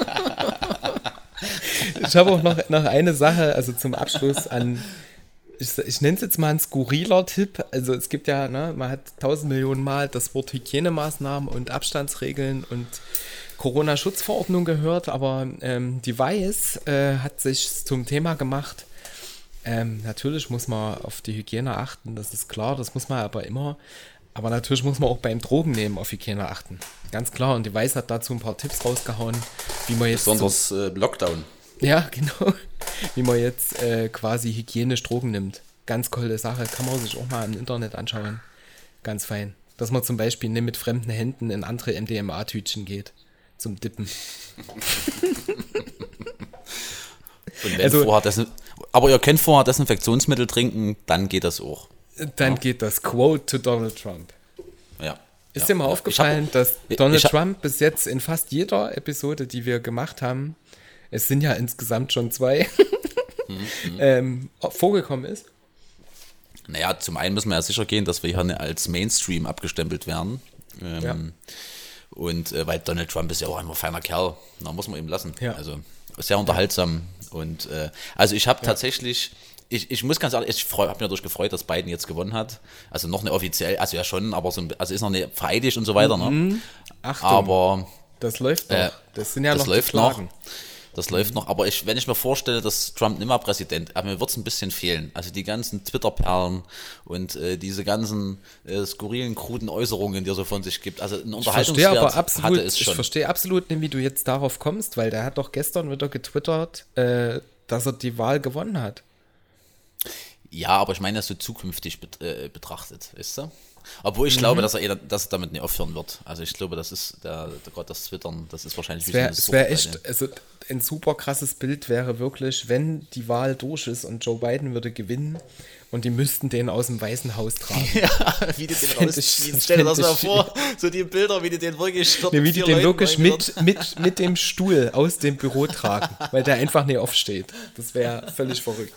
Ich habe auch noch eine Sache, also zum Abschluss an, ich nenne es jetzt mal ein skurriler Tipp. Also es gibt ja, ne, man hat 1000 Millionen Mal das Wort Hygienemaßnahmen und Abstandsregeln und Corona-Schutzverordnung gehört, aber die Weiß hat sich zum Thema gemacht. Natürlich muss man auf die Hygiene achten, das ist klar, das muss man aber immer. Aber natürlich muss man auch beim Drogennehmen auf Hygiene achten. Ganz klar. Und die Weiß hat dazu ein paar Tipps rausgehauen, wie man jetzt. Besonders Lockdown. Ja, genau. Wie man jetzt quasi hygienisch Drogen nimmt. Ganz tolle Sache. Kann man sich auch mal im Internet anschauen. Ganz fein. Dass man zum Beispiel nicht mit fremden Händen in andere MDMA-Tütchen geht. Zum Dippen. Und wenn Also- aber ihr könnt vorher Desinfektionsmittel trinken, dann geht das auch. Dann geht das Quote to Donald Trump. Ja. Ist ja. dir mal aufgefallen, dass ich Donald hab- Trump bis jetzt in fast jeder Episode, die wir gemacht haben, es sind ja insgesamt schon 2, vorgekommen ist? Naja, zum einen müssen wir ja sicher gehen, dass wir hier als Mainstream abgestempelt werden. Ja. Und weil Donald Trump ist ja auch ein feiner Kerl, da muss man ihm lassen. Ja. Also sehr unterhaltsam. Und also ich habe tatsächlich, ich muss ganz ehrlich, habe mich natürlich gefreut, dass Biden jetzt gewonnen hat. Also noch eine offiziell, also ja schon, aber also ist noch eine vereidigt und so weiter. Ne? Achtung, Aber das läuft noch. Das sind ja das noch läuft die Klagen. noch. Das läuft noch, aber wenn ich mir vorstelle, dass Trump nicht mehr Präsident, aber mir wird es ein bisschen fehlen. Also die ganzen Twitter-Perlen und diese ganzen skurrilen, kruden Äußerungen, die er so von sich gibt. Also ein Ich Unterhaltungswert hatte es schon. verstehe absolut nicht, wie du jetzt darauf kommst, weil der hat doch gestern wieder getwittert, dass er die Wahl gewonnen hat. Ja, aber ich meine das so zukünftig betrachtet, weißt du? Obwohl ich glaube, dass er damit nicht aufhören wird. Also ich glaube, das ist gerade das Twittern, das ist wahrscheinlich wie so eine Es wäre Sucht bei echt, also ein super krasses Bild wäre wirklich, wenn die Wahl durch ist und Joe Biden würde gewinnen und die müssten den aus dem Weißen Haus tragen. Ja, wie die den fänd rausziehen. ich- Stell dir das fänd mal ich- vor, so die Bilder, wie die den wirklich dort Nee, wie mit die 4 den Leuten wirklich reinwirft. mit dem Stuhl aus dem Büro tragen, weil der einfach nicht aufsteht. Das wäre völlig verrückt.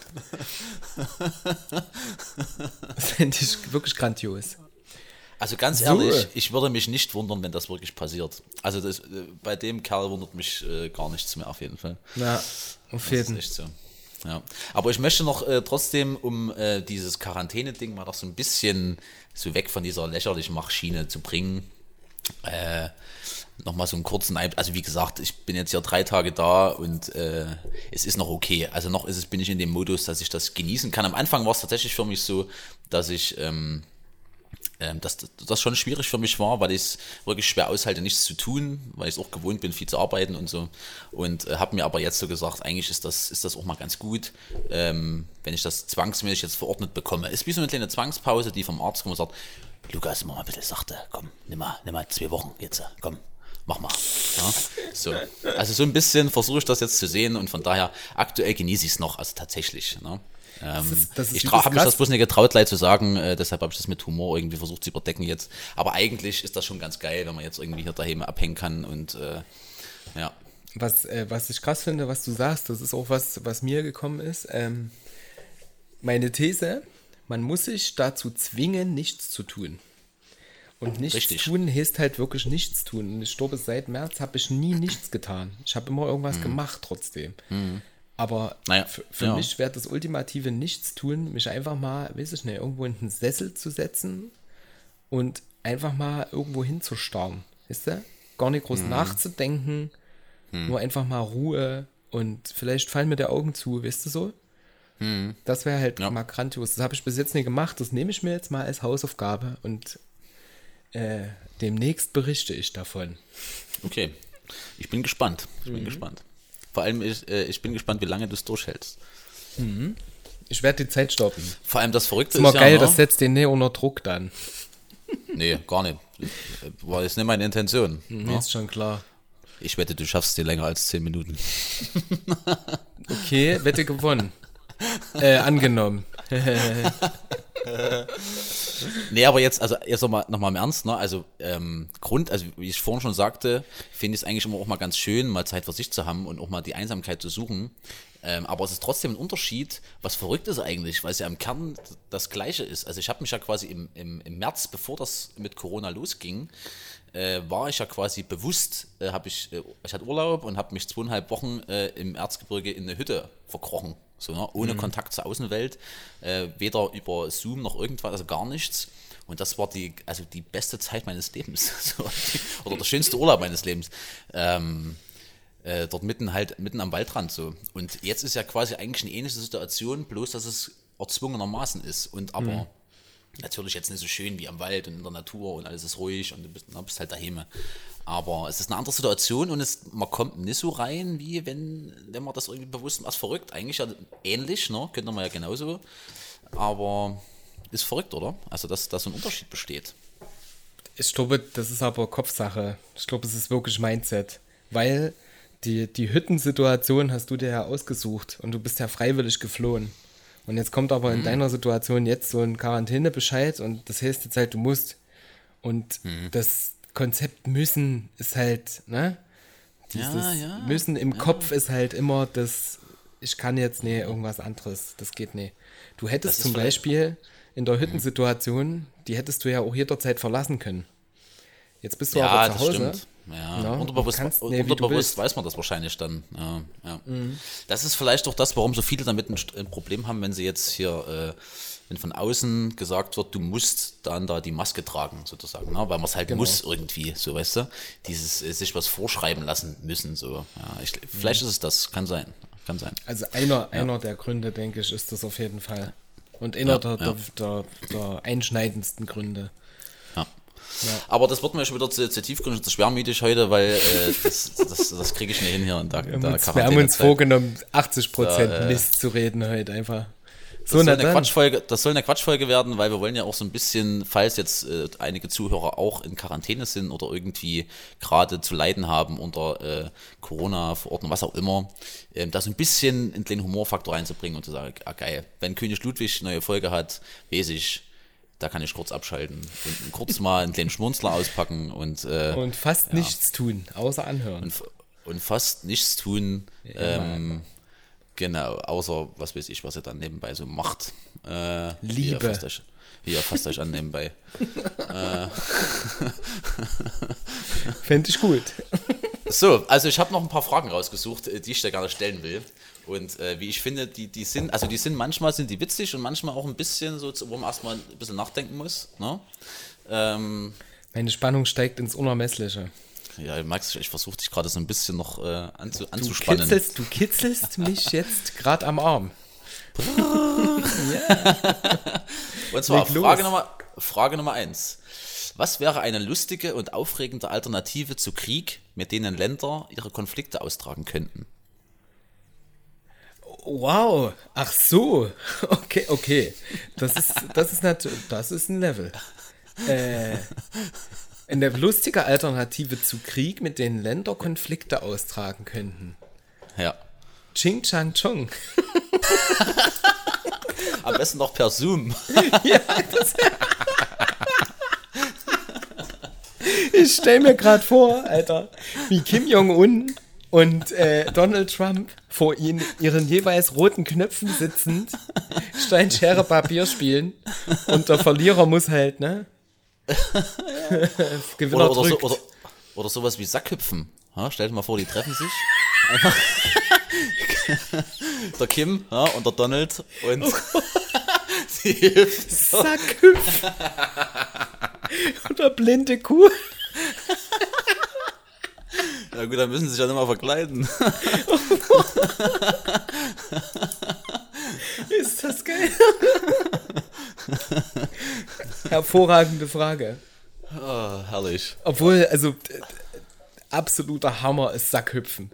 Das fände ich wirklich grandios. Also ganz So. ehrlich, ich würde mich nicht wundern, wenn das wirklich passiert. Also bei dem Kerl wundert mich gar nichts mehr auf jeden Fall. Ja, auf Das ist jeden Fall. echt so. Ja. Aber ich möchte noch trotzdem, um dieses Quarantäne-Ding mal noch so ein bisschen so weg von dieser lächerlichen Machschiene zu bringen, nochmal so einen kurzen Einblick. Also wie gesagt, ich bin jetzt hier 3 Tage da und es ist noch okay. Also noch bin ich in dem Modus, dass ich das genießen kann. Am Anfang war es tatsächlich für mich so, dass ich dass das schon schwierig für mich war, weil ich es wirklich schwer aushalte, nichts zu tun, weil ich es auch gewohnt bin, viel zu arbeiten und so. Und habe mir aber jetzt so gesagt, eigentlich ist das auch mal ganz gut, wenn ich das zwangsmäßig jetzt verordnet bekomme. Ist wie so eine kleine Zwangspause, die vom Arzt kommt und sagt, Lukas, mach mal ein bisschen sachte, komm, nimm mal 2 Wochen jetzt, komm, mach mal. Ja, so. Also so ein bisschen versuche ich das jetzt zu sehen und von daher aktuell genieße ich es noch, also tatsächlich. Ne? das ist Ich übelst habe mich krass. das bloß nicht getraut, leid zu sagen, deshalb habe ich das mit Humor irgendwie versucht zu überdecken jetzt. Aber eigentlich ist das schon ganz geil, wenn man jetzt irgendwie hier daheim abhängen kann und ja. Was ich krass finde, was du sagst, das ist auch was mir gekommen ist. Meine These, man muss sich dazu zwingen, nichts zu tun. Und nichts Richtig. tun heißt halt wirklich nichts tun. Und ich glaube, seit März habe ich nie nichts getan. Ich habe immer irgendwas gemacht trotzdem. Aber Naja, für ja. mich wäre das ultimative Nichtstun, mich einfach mal, weiß ich nicht, irgendwo in den Sessel zu setzen und einfach mal irgendwo hinzustarren. Weißt du? Gar nicht groß nachzudenken, nur einfach mal Ruhe und vielleicht fallen mir die Augen zu, weißt du so? Das wäre halt Ja. mal grandios. Das habe ich bis jetzt nicht gemacht. Das nehme ich mir jetzt mal als Hausaufgabe und demnächst berichte ich davon. Okay, ich bin gespannt. Vor allem, ich bin gespannt, wie lange du es durchhältst. Ich werde die Zeit stoppen. Vor allem das Verrückte Ist immer ist geil, ja, das ne? setzt den nicht unter Druck dann. Nee, gar nicht. War jetzt nicht meine Intention. Nee, Ne? ist schon klar. Ich wette, du schaffst dir länger als 10 Minuten. Okay, Wette gewonnen. Angenommen. Nee, aber jetzt noch mal im Ernst, ne? Also, also wie ich vorhin schon sagte, finde ich es eigentlich immer auch mal ganz schön, mal Zeit für sich zu haben und auch mal die Einsamkeit zu suchen. Aber es ist trotzdem ein Unterschied, was verrückt ist eigentlich, weil es ja im Kern das Gleiche ist. Also ich habe mich ja quasi im März, bevor das mit Corona losging, war ich ja quasi bewusst, ich hatte Urlaub und habe mich 2,5 Wochen im Erzgebirge in eine Hütte verkrochen, so, ne? Ohne Kontakt zur Außenwelt, weder über Zoom noch irgendwas, also gar nichts. Und das war die beste Zeit meines Lebens, so, oder der schönste Urlaub meines Lebens. Dort mitten am Waldrand so. Und jetzt ist ja quasi eigentlich eine ähnliche Situation, bloß dass es erzwungenermaßen ist und aber natürlich jetzt nicht so schön wie am Wald und in der Natur und alles ist ruhig und du bist halt daheim. Aber es ist eine andere Situation und man kommt nicht so rein, wie wenn man das irgendwie bewusst macht. Ist verrückt, eigentlich ja ähnlich, ne? Könnte man ja genauso. Aber ist verrückt, oder? Also, dass so ein Unterschied besteht. Ich glaube, das ist aber Kopfsache. Ich glaube, es ist wirklich Mindset. Weil die Hüttensituation hast du dir ja ausgesucht und du bist ja freiwillig geflohen. Und jetzt kommt aber in deiner Situation jetzt so ein Quarantänebescheid und das heißt jetzt halt, du musst. Und das Konzept müssen ist halt, ne? Dieses müssen im Kopf ist halt immer das, ich kann jetzt, nee, irgendwas anderes, das geht nicht. Du hättest zum Beispiel in der Hüttensituation, die hättest du ja auch jederzeit verlassen können. Jetzt bist du aber zu Hause. Stimmt. Ja, Ja, unterbewusst, du kannst, wie du unterbewusst willst. weiß man das wahrscheinlich dann. Ja. Das ist vielleicht auch das, warum so viele damit ein Problem haben, wenn sie jetzt hier, wenn von außen gesagt wird, du musst dann da die Maske tragen, sozusagen, ne? Weil man es halt muss irgendwie, so, weißt du, dieses sich was vorschreiben lassen müssen, so. Ja, vielleicht ist es das, kann sein. Also einer der Gründe, denke ich, ist das auf jeden Fall. Und einer der einschneidendsten Gründe. Ja. Aber das wird mir schon wieder zu tiefgründig, zu schwermütig heute, weil das kriege ich nicht hin hier in der Wir haben uns Quarantänezeit. vorgenommen, 80% Mist zu reden heute einfach. So, Das soll eine Quatschfolge werden, weil wir wollen ja auch so ein bisschen, falls jetzt einige Zuhörer auch in Quarantäne sind oder irgendwie gerade zu leiden haben unter Corona-Verordnung, was auch immer, da so ein bisschen einen kleinen Humorfaktor reinzubringen und zu sagen, geil, wenn König Ludwig eine neue Folge hat, weiß ich, da kann ich kurz abschalten und kurz mal einen kleinen Schmunzler auspacken und fast nichts tun, außer anhören. und fast nichts tun, genau, außer, was weiß ich, was er dann nebenbei so macht. Liebe. Wie ihr fasst euch an nebenbei. Fände ich gut. So, also ich habe noch ein paar Fragen rausgesucht, die ich dir gerne stellen will. Und wie ich finde, die sind manchmal sind die witzig und manchmal auch ein bisschen so, wo man erstmal ein bisschen nachdenken muss. Ne? Meine Spannung steigt ins Unermessliche. Ja, Max, ich versuche dich gerade so ein bisschen noch anzuspannen. Du kitzelst mich jetzt gerade am Arm. Und zwar Leg los. Frage Nummer 1. Was wäre eine lustige und aufregende Alternative zu Krieg, mit denen Länder ihre Konflikte austragen könnten? Wow, ach so. Okay. Das ist natürlich, das ist ein Level. Eine lustige Alternative zu Krieg, mit denen Länder Konflikte austragen könnten. Ja. Ching Chang Chong. Am besten noch per Zoom. Ja, ich stelle mir gerade vor, Alter, wie Kim Jong-un und Donald Trump vor ihren jeweils roten Knöpfen sitzend Stein, Schere, Papier spielen und der Verlierer muss halt, ne? Gewinner drückt. Oder sowas wie Sackhüpfen. Ja, stell dir mal vor, die treffen sich. Einfach der Kim und der Donald und sie hüpfen. Sackhüpf. Oder blinde Kuh. Ja gut, dann müssen sie sich ja nicht mal verkleiden. Ist das geil? Hervorragende Frage. Oh, herrlich. Obwohl, also absoluter Hammer ist Sackhüpfen.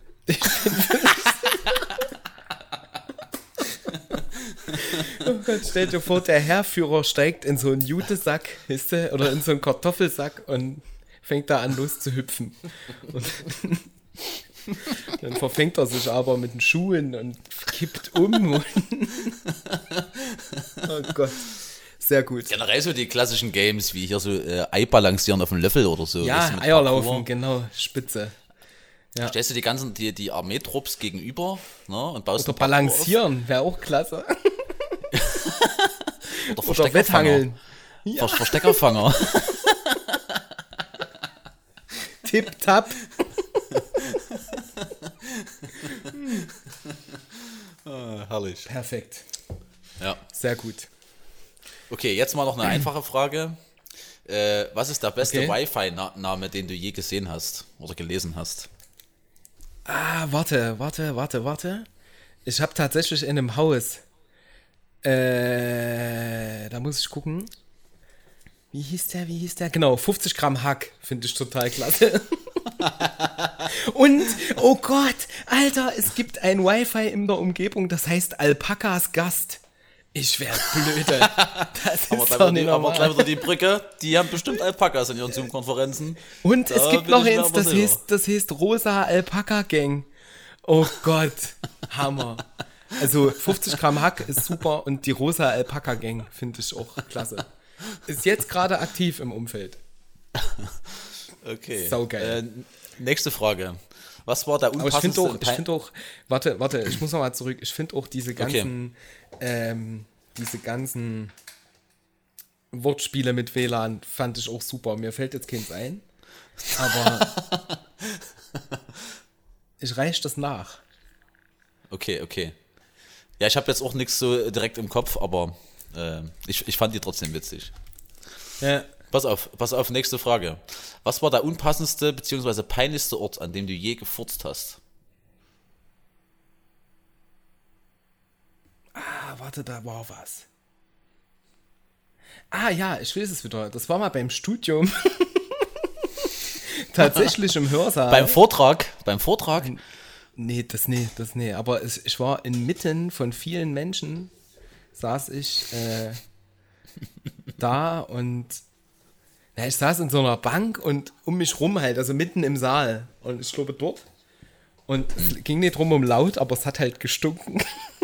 Oh Gott, stell dir vor, der Heerführer steigt in so einen Jutesack, weißt du, oder in so einen Kartoffelsack und fängt da an loszuhüpfen. Und dann verfängt er sich aber mit den Schuhen und kippt um. Und oh Gott, sehr gut. Generell so die klassischen Games, wie hier so Ei balancieren auf dem Löffel oder so. Ja, Eierlaufen, genau, spitze. Ja. Stellst du die Armeetrupps gegenüber, ne, und baust Oder balancieren, wäre auch klasse. Oder Wetthangeln. Ja. Versteckerfanger. Tipp-Tapp. Herrlich. Perfekt. Ja. Sehr gut. Okay, jetzt mal noch eine einfache Frage. Was ist der beste Okay. Wi-Fi-Name, den du je gesehen hast oder gelesen hast? Warte. Ich habe tatsächlich in einem Haus, da muss ich gucken. Wie hieß der? Genau, 50 Gramm Hack, finde ich total klasse. Und, oh Gott, Alter, es gibt ein Wi-Fi in der Umgebung, das heißt Alpakas Gast. Ich werd blöde. Das Aber ist da doch nicht gleich normal. wieder die Brücke. Die haben bestimmt Alpakas in ihren Zoom-Konferenzen. Und es Da gibt bin noch ich mir eins, aber sicher. das heißt Rosa Alpaka Gang. Oh Gott, Hammer. Also 50 Gramm Hack ist super und die Rosa Alpaka Gang finde ich auch klasse. Ist jetzt gerade aktiv im Umfeld. Okay. Saugeil. Nächste Frage. Was war der Aber ich finde unpassendste... auch, warte, ich muss noch mal zurück. Ich finde auch diese ganzen Wortspiele mit WLAN fand ich auch super. Mir fällt jetzt keins ein, aber ich reiche das nach. Okay. Ja, ich habe jetzt auch nichts so direkt im Kopf, aber ich fand die trotzdem witzig. Ja. Pass auf, nächste Frage. Was war der unpassendste bzw. peinlichste Ort, an dem du je gefurzt hast? Warte, da war was. Ja, ich weiß es wieder. Das war mal beim Studium. Tatsächlich im Hörsaal. Beim Vortrag? Nee, das nee. Aber ich war inmitten von vielen Menschen, saß ich da und ich saß in so einer Bank und um mich rum halt, also mitten im Saal. Und ich glaube dort. Und es ging nicht drum um laut, aber es hat halt gestunken.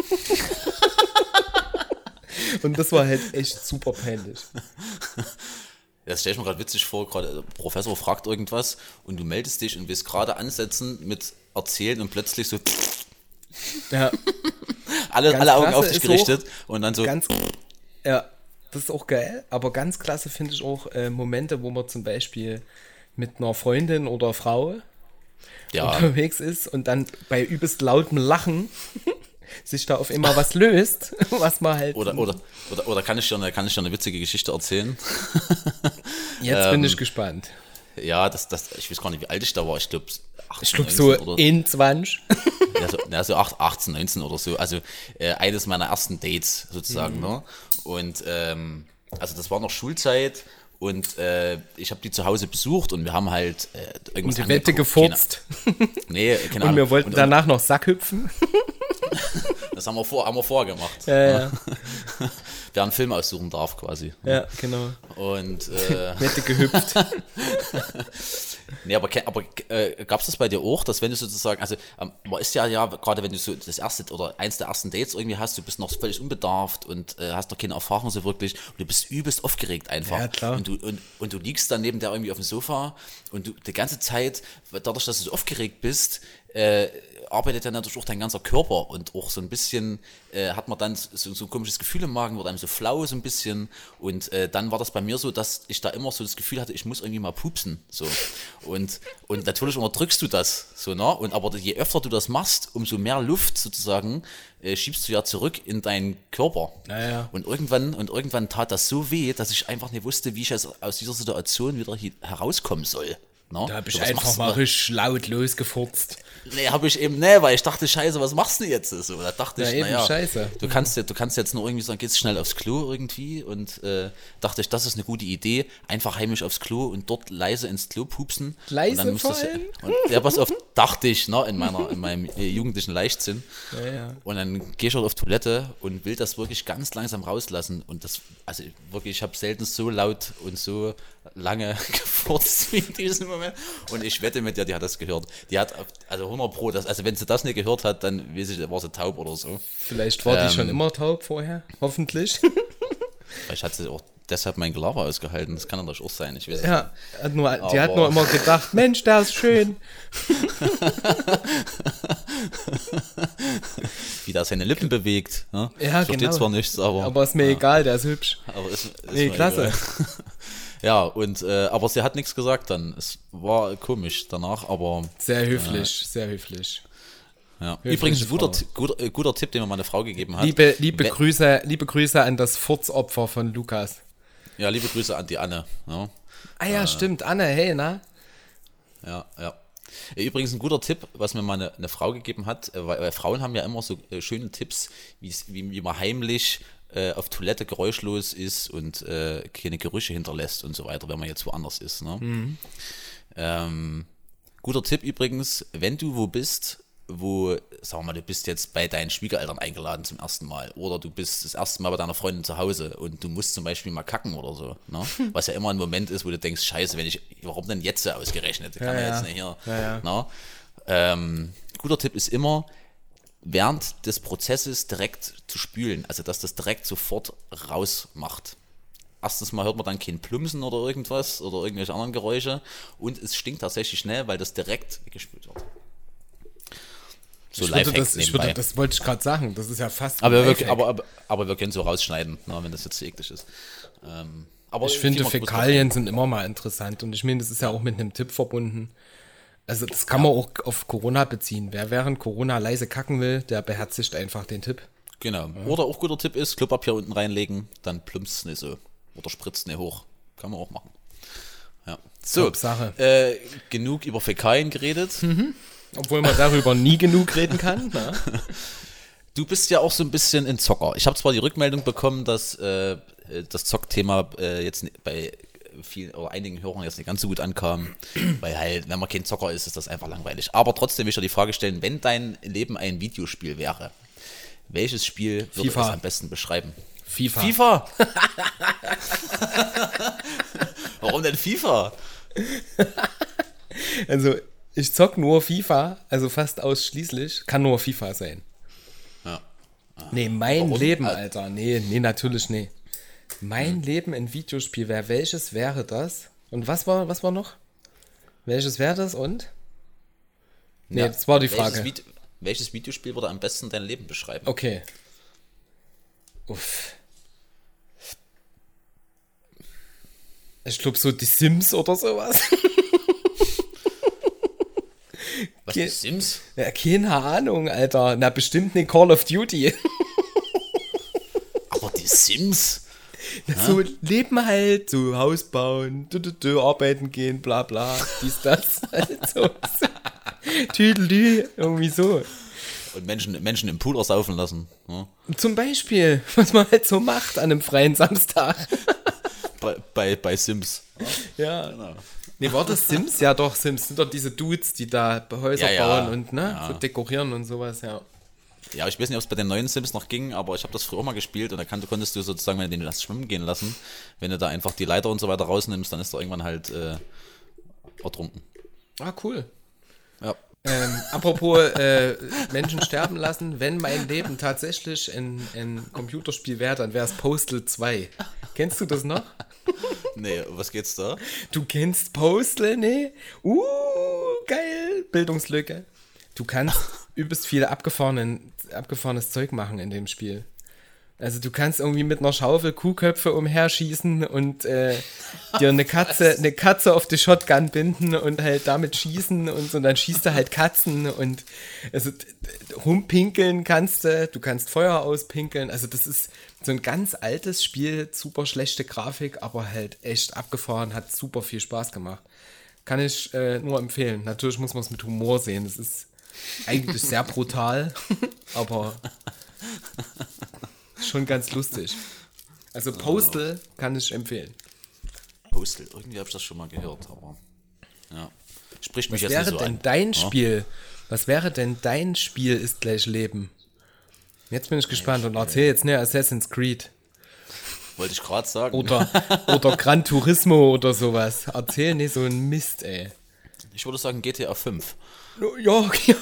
Und das war halt echt super peinlich. Das stelle ich mir gerade witzig vor, gerade der Professor fragt irgendwas und du meldest dich und willst gerade ansetzen mit erzählen und plötzlich so Ja, alle Ganz Augen klasse auf dich ist gerichtet und dann so ja, das ist auch geil. Aber ganz klasse finde ich auch Momente, wo man zum Beispiel mit einer Freundin oder Frau ja, unterwegs ist und dann bei übelst lautem Lachen sich da auf immer was löst, was man halt... oder kann ich dir eine witzige Geschichte erzählen? Jetzt bin ich gespannt. Ja, ich weiß gar nicht, wie alt ich da war. Ich glaube So in 20. so 18, 19 oder so. Also eines meiner ersten Dates sozusagen. Ne? Und also das war noch Schulzeit und ich habe die zu Hause besucht und wir haben halt irgendwas Und die Wette angeguckt. gefurzt. Nee, keine Und Ahnung. wir wollten danach noch Sackhüpfen. Das haben wir vorher gemacht. Ja. Wer einen Film aussuchen darf quasi. Ja, genau. Und Wette gehüpft. nee, aber gab es das bei dir auch, dass wenn du sozusagen, also man ist ja gerade wenn du so das erste oder eins der ersten Dates irgendwie hast, du bist noch völlig unbedarft und hast noch keine Erfahrung so wirklich und du bist übelst aufgeregt einfach. Ja, klar. Und du liegst dann neben der irgendwie auf dem Sofa und du die ganze Zeit, dadurch, dass du so aufgeregt bist, arbeitet dann natürlich auch dein ganzer Körper und auch so ein bisschen hat man dann so ein komisches Gefühl im Magen, wird einem so flau so ein bisschen und dann war das bei mir so, dass ich da immer so das Gefühl hatte, ich muss irgendwie mal pupsen, so und natürlich unterdrückst du das, so, ne, und aber je öfter du das machst, umso mehr Luft sozusagen schiebst du ja zurück in deinen Körper. Ja. Und irgendwann tat das so weh, dass ich einfach nicht wusste, wie ich aus dieser Situation wieder herauskommen soll. No? Da habe ich So, was einfach machst mal du? richtig laut losgefurzt. Nee, habe ich eben, nee, weil ich dachte, scheiße, was machst du jetzt? So, da dachte Ja, ich, eben, naja, scheiße. du kannst jetzt nur irgendwie sagen, gehst schnell aufs Klo irgendwie und dachte ich, das ist eine gute Idee, einfach heimisch aufs Klo und dort leise ins Klo pupsen. Leise und dann muss das, vor allem? und, ja, pass auf, dachte ich, ne, in meinem jugendlichen Leichtsinn. Ja. Und dann gehe ich halt auf Toilette und will das wirklich ganz langsam rauslassen und das, also wirklich, ich habe selten so laut und so lange gefurzt wie in diesem Moment und ich wette mit dir, die hat das gehört. Die hat, also 100 Pro, also wenn sie das nicht gehört hat, dann weiß ich, war sie taub oder so. Vielleicht war die schon immer taub vorher, hoffentlich. Vielleicht hat sie auch deshalb mein Gelaber ausgehalten, das kann natürlich auch sein, ich weiß es Ja, die hat Aber- nur immer gedacht, Mensch, der ist schön. nicht, wie der seine Lippen bewegt. Ne? Ja, Ich verstehe genau. zwar nichts, Aber ist mir egal, der ist hübsch. aber ist Nee, mir klasse. egal. Ja, und aber sie hat nichts gesagt dann. Es war komisch danach, aber Sehr höflich, sehr höflich. ja. Höfliche Übrigens ein Frau. guter Tipp, den mir meine Frau gegeben hat. Liebe Wenn- Grüße an das Furzopfer von Lukas. Ja, liebe Grüße an die Anne. Ja, Ah ja, stimmt, Anne, hey, na? ja. Ja. Übrigens ein guter Tipp, was mir mal eine Frau gegeben hat, weil Frauen haben ja immer so schöne Tipps, wie man heimlich auf Toilette geräuschlos ist und keine Gerüche hinterlässt und so weiter, wenn man jetzt woanders ist. Ne? Guter Tipp übrigens, wenn du wo bist, sagen wir mal, du bist jetzt bei deinen Schwiegereltern eingeladen zum ersten Mal oder du bist das erste Mal bei deiner Freundin zu Hause und du musst zum Beispiel mal kacken oder so, ne? Was ja immer ein Moment ist, wo du denkst, scheiße, warum denn jetzt so ausgerechnet? Kann man Ja, jetzt ja. nicht hier. Ja, ja. Ne? Guter Tipp ist immer, während des Prozesses direkt zu spülen, also dass das direkt sofort rausmacht. Erstens mal hört man dann kein Plumpsen oder irgendwas oder irgendwelche anderen Geräusche und es stinkt tatsächlich schnell, weil das direkt gespült wird. So nebenbei. Das wollte ich gerade sagen, das ist ja fast Aber ein wir, Lifehack. aber wir können so rausschneiden, wenn das jetzt zu eklig ist. Aber Ich finde, viel mal Fäkalien sind immer mal interessant und ich meine, das ist ja auch mit einem Tipp verbunden. Also das kann man auch auf Corona beziehen. Wer während Corona leise kacken will, der beherzigt einfach den Tipp. Genau. Oder auch guter Tipp ist, Klopapier unten reinlegen, dann plumpst es nicht so. Oder spritzt nicht hoch. Kann man auch machen. Ja. So, Top-Sache. genug über Fäkalien geredet. Obwohl man darüber nie genug reden kann. Na? Du bist ja auch so ein bisschen ein Zocker. Ich habe zwar die Rückmeldung bekommen, dass das Zockthema jetzt bei vielen oder einigen Hörern jetzt nicht ganz so gut ankam, weil halt, wenn man kein Zocker ist, ist das einfach langweilig. Aber trotzdem will ich dir die Frage stellen, wenn dein Leben ein Videospiel wäre, welches Spiel würde FIFA. es am besten beschreiben? FIFA. FIFA? Warum denn FIFA? Also ich zock nur FIFA, also fast ausschließlich, kann nur FIFA sein. Ja. Nee, mein Warum? Leben, Alter. Nee, natürlich nee. Mein Leben in Videospiel wäre, welches wäre das? Und was war noch? Welches wäre das und? Nee, Ja, das war die Frage. Welches Videospiel würde am besten dein Leben beschreiben? Okay. Uff. Ich glaube so die Sims oder sowas. Was, die Sims? Ja, keine Ahnung, Alter. Na, bestimmt nicht Call of Duty. Aber die Sims? So Leben halt, so Haus bauen, arbeiten gehen, bla bla, dies, das. Halt so. Tüdelü, irgendwie so. Und Menschen im Pool ersaufen lassen. Ne? Zum Beispiel, was man halt so macht an einem freien Samstag. Bei Sims. Ja. Genau. Nee, war das Sims? Ja, doch, Sims. Sind doch diese Dudes, die da Häuser Ja, ja. bauen und so dekorieren und sowas, ja. Ja, ich weiß nicht, ob es bei den neuen Sims noch ging, aber ich habe das früher auch mal gespielt und da konntest du sozusagen, wenn du den hast schwimmen gehen lassen, wenn du da einfach die Leiter und so weiter rausnimmst, dann ist er irgendwann halt ertrunken. Ah, cool. Ja. Apropos Menschen sterben lassen, wenn mein Leben tatsächlich ein Computerspiel wäre, dann wäre es Postal 2. Kennst du das noch? Nee, was geht's da? Du kennst Postal, ne? Geil, Bildungslücke. Du kannst übelst viel abgefahrenes Zeug machen in dem Spiel. Also du kannst irgendwie mit einer Schaufel Kuhköpfe umherschießen und dir eine Katze auf die Shotgun binden und halt damit schießen und so, und dann schießt du halt Katzen und also rumpinkeln kannst du kannst Feuer auspinkeln, also das ist so ein ganz altes Spiel, super schlechte Grafik, aber halt echt abgefahren, hat super viel Spaß gemacht. Kann ich nur empfehlen. Natürlich muss man es mit Humor sehen. Es ist eigentlich sehr brutal, aber schon ganz lustig. Also Postal kann ich empfehlen. Postal, irgendwie habe ich das schon mal gehört, aber ja. Spricht mich Was jetzt nicht wäre so denn an. dein Ja? Spiel? Was wäre denn dein Spiel ist gleich Leben? Jetzt bin ich gespannt und erzähl jetzt nicht Assassin's Creed Wollte ich gerade sagen. oder Gran Turismo oder sowas. Erzähl nicht so einen Mist, ey. Ich würde sagen GTA 5. Ja, ja.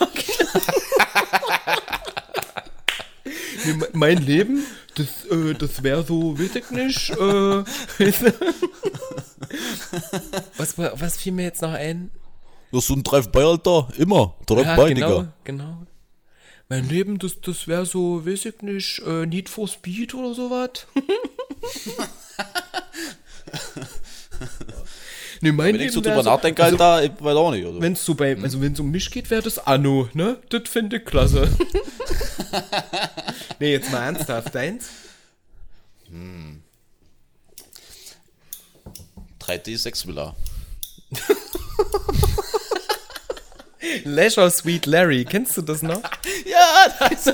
Nee, mein Leben, das wäre so, weiß ich nicht. Was fiel mir jetzt noch ein? Ja, so ein Drive-by, Alter. Immer. Drive-by, Genau. Mein Leben, das wäre so, weiß ich nicht, Need for Speed oder sowas. Nee, mein Wenn ich so Leben wär drüber nachdenke, Alter, ich weiß auch nicht. Oder? wenn es so also wenn es um mich geht, wäre das Anno, ne? Das finde ich klasse. Nee, jetzt mal ernsthaft, deins? 3D Sexvilla. Leisure Suite Larry, kennst du das noch? Ja, das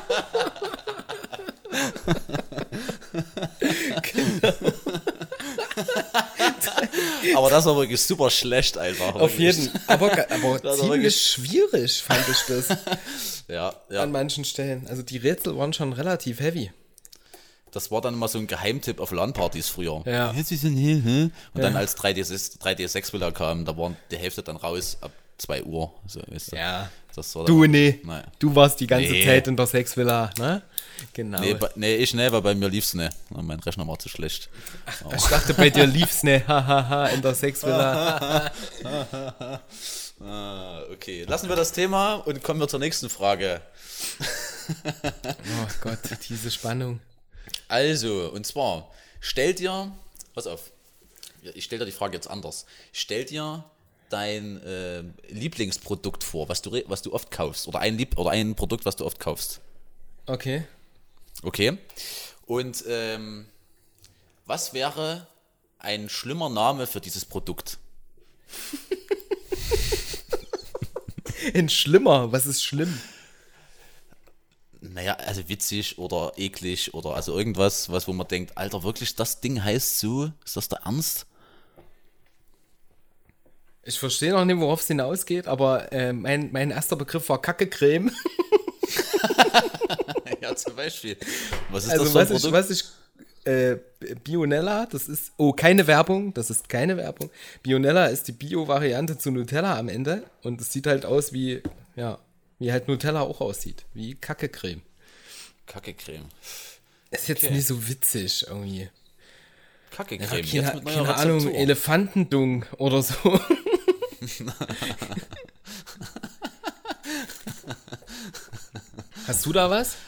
Aber das war wirklich super schlecht einfach. Auf wirklich. jeden aber Das war ziemlich wirklich- schwierig fand ich das Ja. an manchen Stellen. Also die Rätsel waren schon relativ heavy. Das war dann immer so ein Geheimtipp auf LAN-Partys früher. Ja. Und dann als 3D Sexvilla kam, da waren die Hälfte dann raus ab 2 Uhr. So, weißt du. Ja. Das war Du, dann, nee. Nein. Du warst die ganze Nee. Zeit in der Sexvilla, ne? Genau. Nee, ich nicht, weil bei mir lief's nicht. Mein Rechner war zu schlecht. Ich dachte, bei dir lief's ne, hahaha, in der Sexvilla. Okay, lassen wir das Thema und kommen wir zur nächsten Frage. Oh Gott, diese Spannung. Also, und zwar, pass auf, ich stell dir die Frage jetzt anders. Stell dir dein Lieblingsprodukt vor, was du oft kaufst. Oder ein Produkt, was du oft kaufst. Okay. Okay. Und was wäre ein schlimmer Name für dieses Produkt? Ein schlimmer, was ist schlimm? Naja, also witzig oder eklig oder also irgendwas, wo man denkt, Alter, wirklich, das Ding heißt so? Ist das der Ernst? Ich verstehe noch nicht, worauf es hinausgeht, aber mein erster Begriff war Kackecreme. Ja, zum Beispiel. Was ist Also das für ein Produkt? Bionella, das ist, keine Werbung, das ist keine Werbung. Bionella ist die Bio-Variante zu Nutella am Ende und es sieht halt aus wie halt Nutella auch aussieht, wie Kackecreme. Kackecreme. Ist jetzt Okay. nicht so witzig irgendwie. Ja, Kackecreme. Jetzt mit neuer keine Ahnung, Rezeptur. Elefantendung oder so. Hast du da was?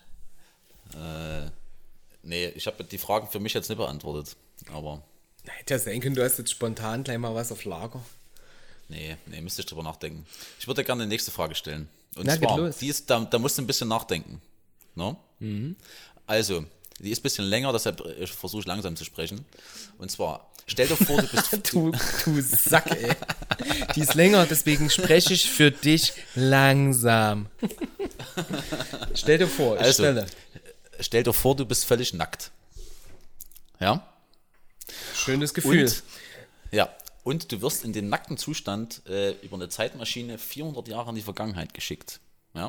Nee, ich habe die Fragen für mich jetzt nicht beantwortet. Aber Hätte ja sein können, du hast jetzt spontan gleich mal was auf Lager. nee, müsste ich drüber nachdenken. Ich würde gerne die nächste Frage stellen. Und Na, geht zwar, los. da musst du ein bisschen nachdenken. No? Also, die ist ein bisschen länger, deshalb versuche ich langsam zu sprechen. Und zwar, stell dir vor, du bist... Du Sack, ey. Die ist länger, deswegen spreche ich für dich langsam. Stell dir vor, ich Also, stelle. Stell dir vor, du bist völlig nackt. Ja? Schönes Gefühl. Und du wirst in dem nackten Zustand über eine Zeitmaschine 400 Jahre in die Vergangenheit geschickt. Ja?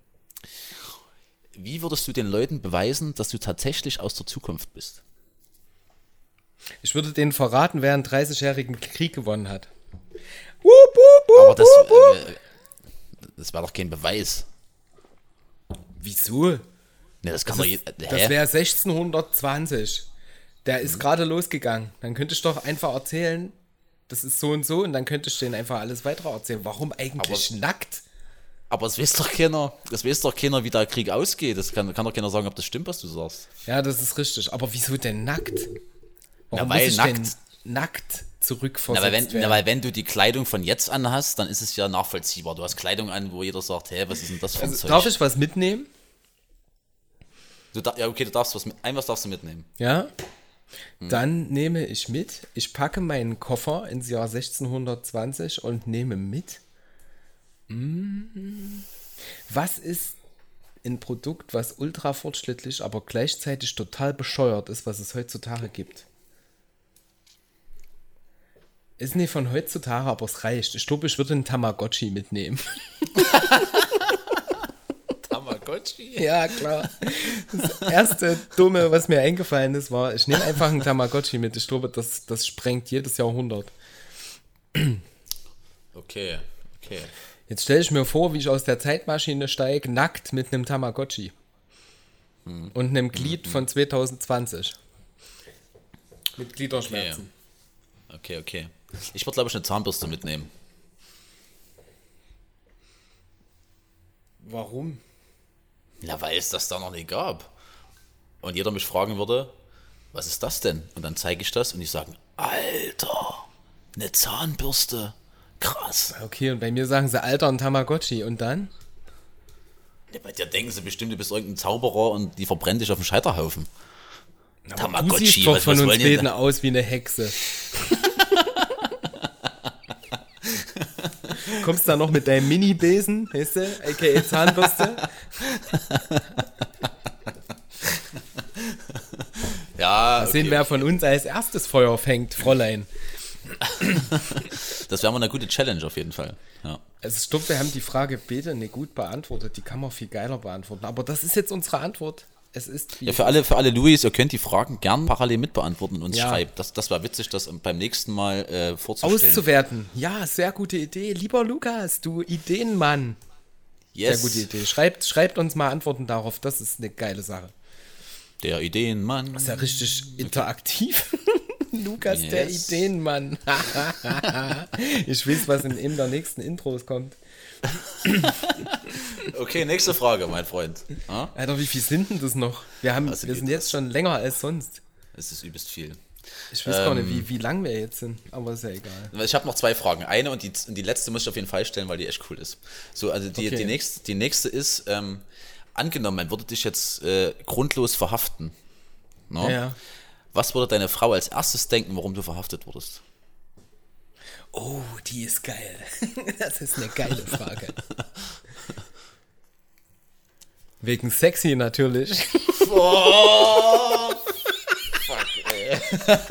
Wie würdest du den Leuten beweisen, dass du tatsächlich aus der Zukunft bist? Ich würde denen verraten, wer einen 30-jährigen Krieg gewonnen hat. Aber das wäre doch kein Beweis. Wieso? Ne, das kann Das, doch das wäre 1620. Der ist gerade losgegangen. Dann könnte ich doch einfach erzählen, das ist so und dann könnte ich denen einfach alles weiter erzählen. Warum eigentlich nackt? Aber es weiß doch keiner, wie der Krieg ausgeht. Das kann doch keiner sagen, ob das stimmt, was du sagst. Ja, das ist richtig. Aber wieso denn nackt? Warum weil muss ich nackt. denn nackt zurückversetzt Weil wenn du die Kleidung von jetzt an hast, dann ist es ja nachvollziehbar. Du hast Kleidung an, wo jeder sagt, hä, was ist denn das für ein Zeug? Darf ich was mitnehmen? Ja, okay, du darfst was darfst du mitnehmen. Ja? Dann nehme ich packe meinen Koffer ins Jahr 1620 und nehme mit. Was ist ein Produkt, was ultra fortschrittlich, aber gleichzeitig total bescheuert ist, was es heutzutage gibt? Ist nicht von heutzutage, aber es reicht. Ich glaube, ich würde einen Tamagotchi mitnehmen. Tamagotchi? Ja, klar. Das erste Dumme, was mir eingefallen ist, war, ich nehme einfach einen Tamagotchi mit. Ich glaube, das sprengt jedes Jahrhundert. Okay. Jetzt stelle ich mir vor, wie ich aus der Zeitmaschine steige, nackt mit einem Tamagotchi. Und einem Glied von 2020. Mit Gliederschmerzen. Okay. Ich würde, glaube ich, eine Zahnbürste mitnehmen. Warum? Ja, weil es das da noch nicht gab. Und jeder mich fragen würde, was ist das denn? Und dann zeige ich das und ich sage, Alter, eine Zahnbürste. Krass. Okay, und bei mir sagen sie, Alter, ein Tamagotchi. Und dann? Ja, bei dir denken sie bestimmt, du bist irgendein Zauberer und die verbrennen dich auf dem Scheiterhaufen. Aber du siehst doch von uns beiden aus wie eine Hexe. Kommst da noch mit deinem Mini-Besen, weißt du, a.k.a. Zahnbürste? Ja, Mal sehen, wer von uns als erstes Feuer fängt, Fräulein. Das wäre mal eine gute Challenge auf jeden Fall. Ja. Also ich glaube, wir haben die Frage bitte nicht gut beantwortet. Die kann man viel geiler beantworten. Aber das ist jetzt unsere Antwort. Es ist Ja, für alle Louis, ihr könnt die Fragen gern parallel mitbeantworten und uns Ja. schreibt. Das war witzig, das beim nächsten Mal vorzustellen. auszuwerten. Ja, sehr gute Idee. Lieber Lukas, du Ideenmann. Sehr Yes, gute Idee. Schreibt uns mal Antworten darauf. Das ist eine geile Sache. der Ideenmann. Das ist ja richtig interaktiv. Lukas, der Yes. Ideenmann. Ich weiß, was in einem der nächsten Intros kommt. Okay, nächste Frage, mein Freund. Ja? Alter, wie viel sind denn das noch? Wir Also sind geht jetzt schon länger als sonst. Es ist übelst viel. Ich weiß gar nicht, wie lang wir jetzt sind, aber ist ja egal. Ich habe noch 2 Fragen. Eine und die letzte muss ich auf jeden Fall stellen, weil die echt cool ist. So, also die nächste ist, angenommen, man würde dich jetzt grundlos verhaften. No? Ja. Was würde deine Frau als erstes denken, warum du verhaftet wurdest? Oh, die ist geil. Das ist eine geile Frage. Wegen sexy natürlich. Oh, fuck, ey.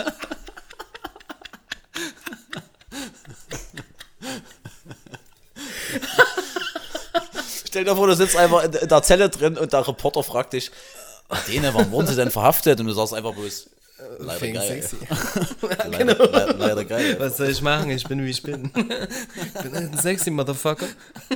Stell dir vor, du sitzt einfach in der Zelle drin und der Reporter fragt dich, Dene, warum wurden sie denn verhaftet? Und du sagst einfach bloß, leider Wegen geil. sexy. Leider geil. Was soll ich machen? Ich bin, wie ich bin. Ich bin ein sexy Motherfucker.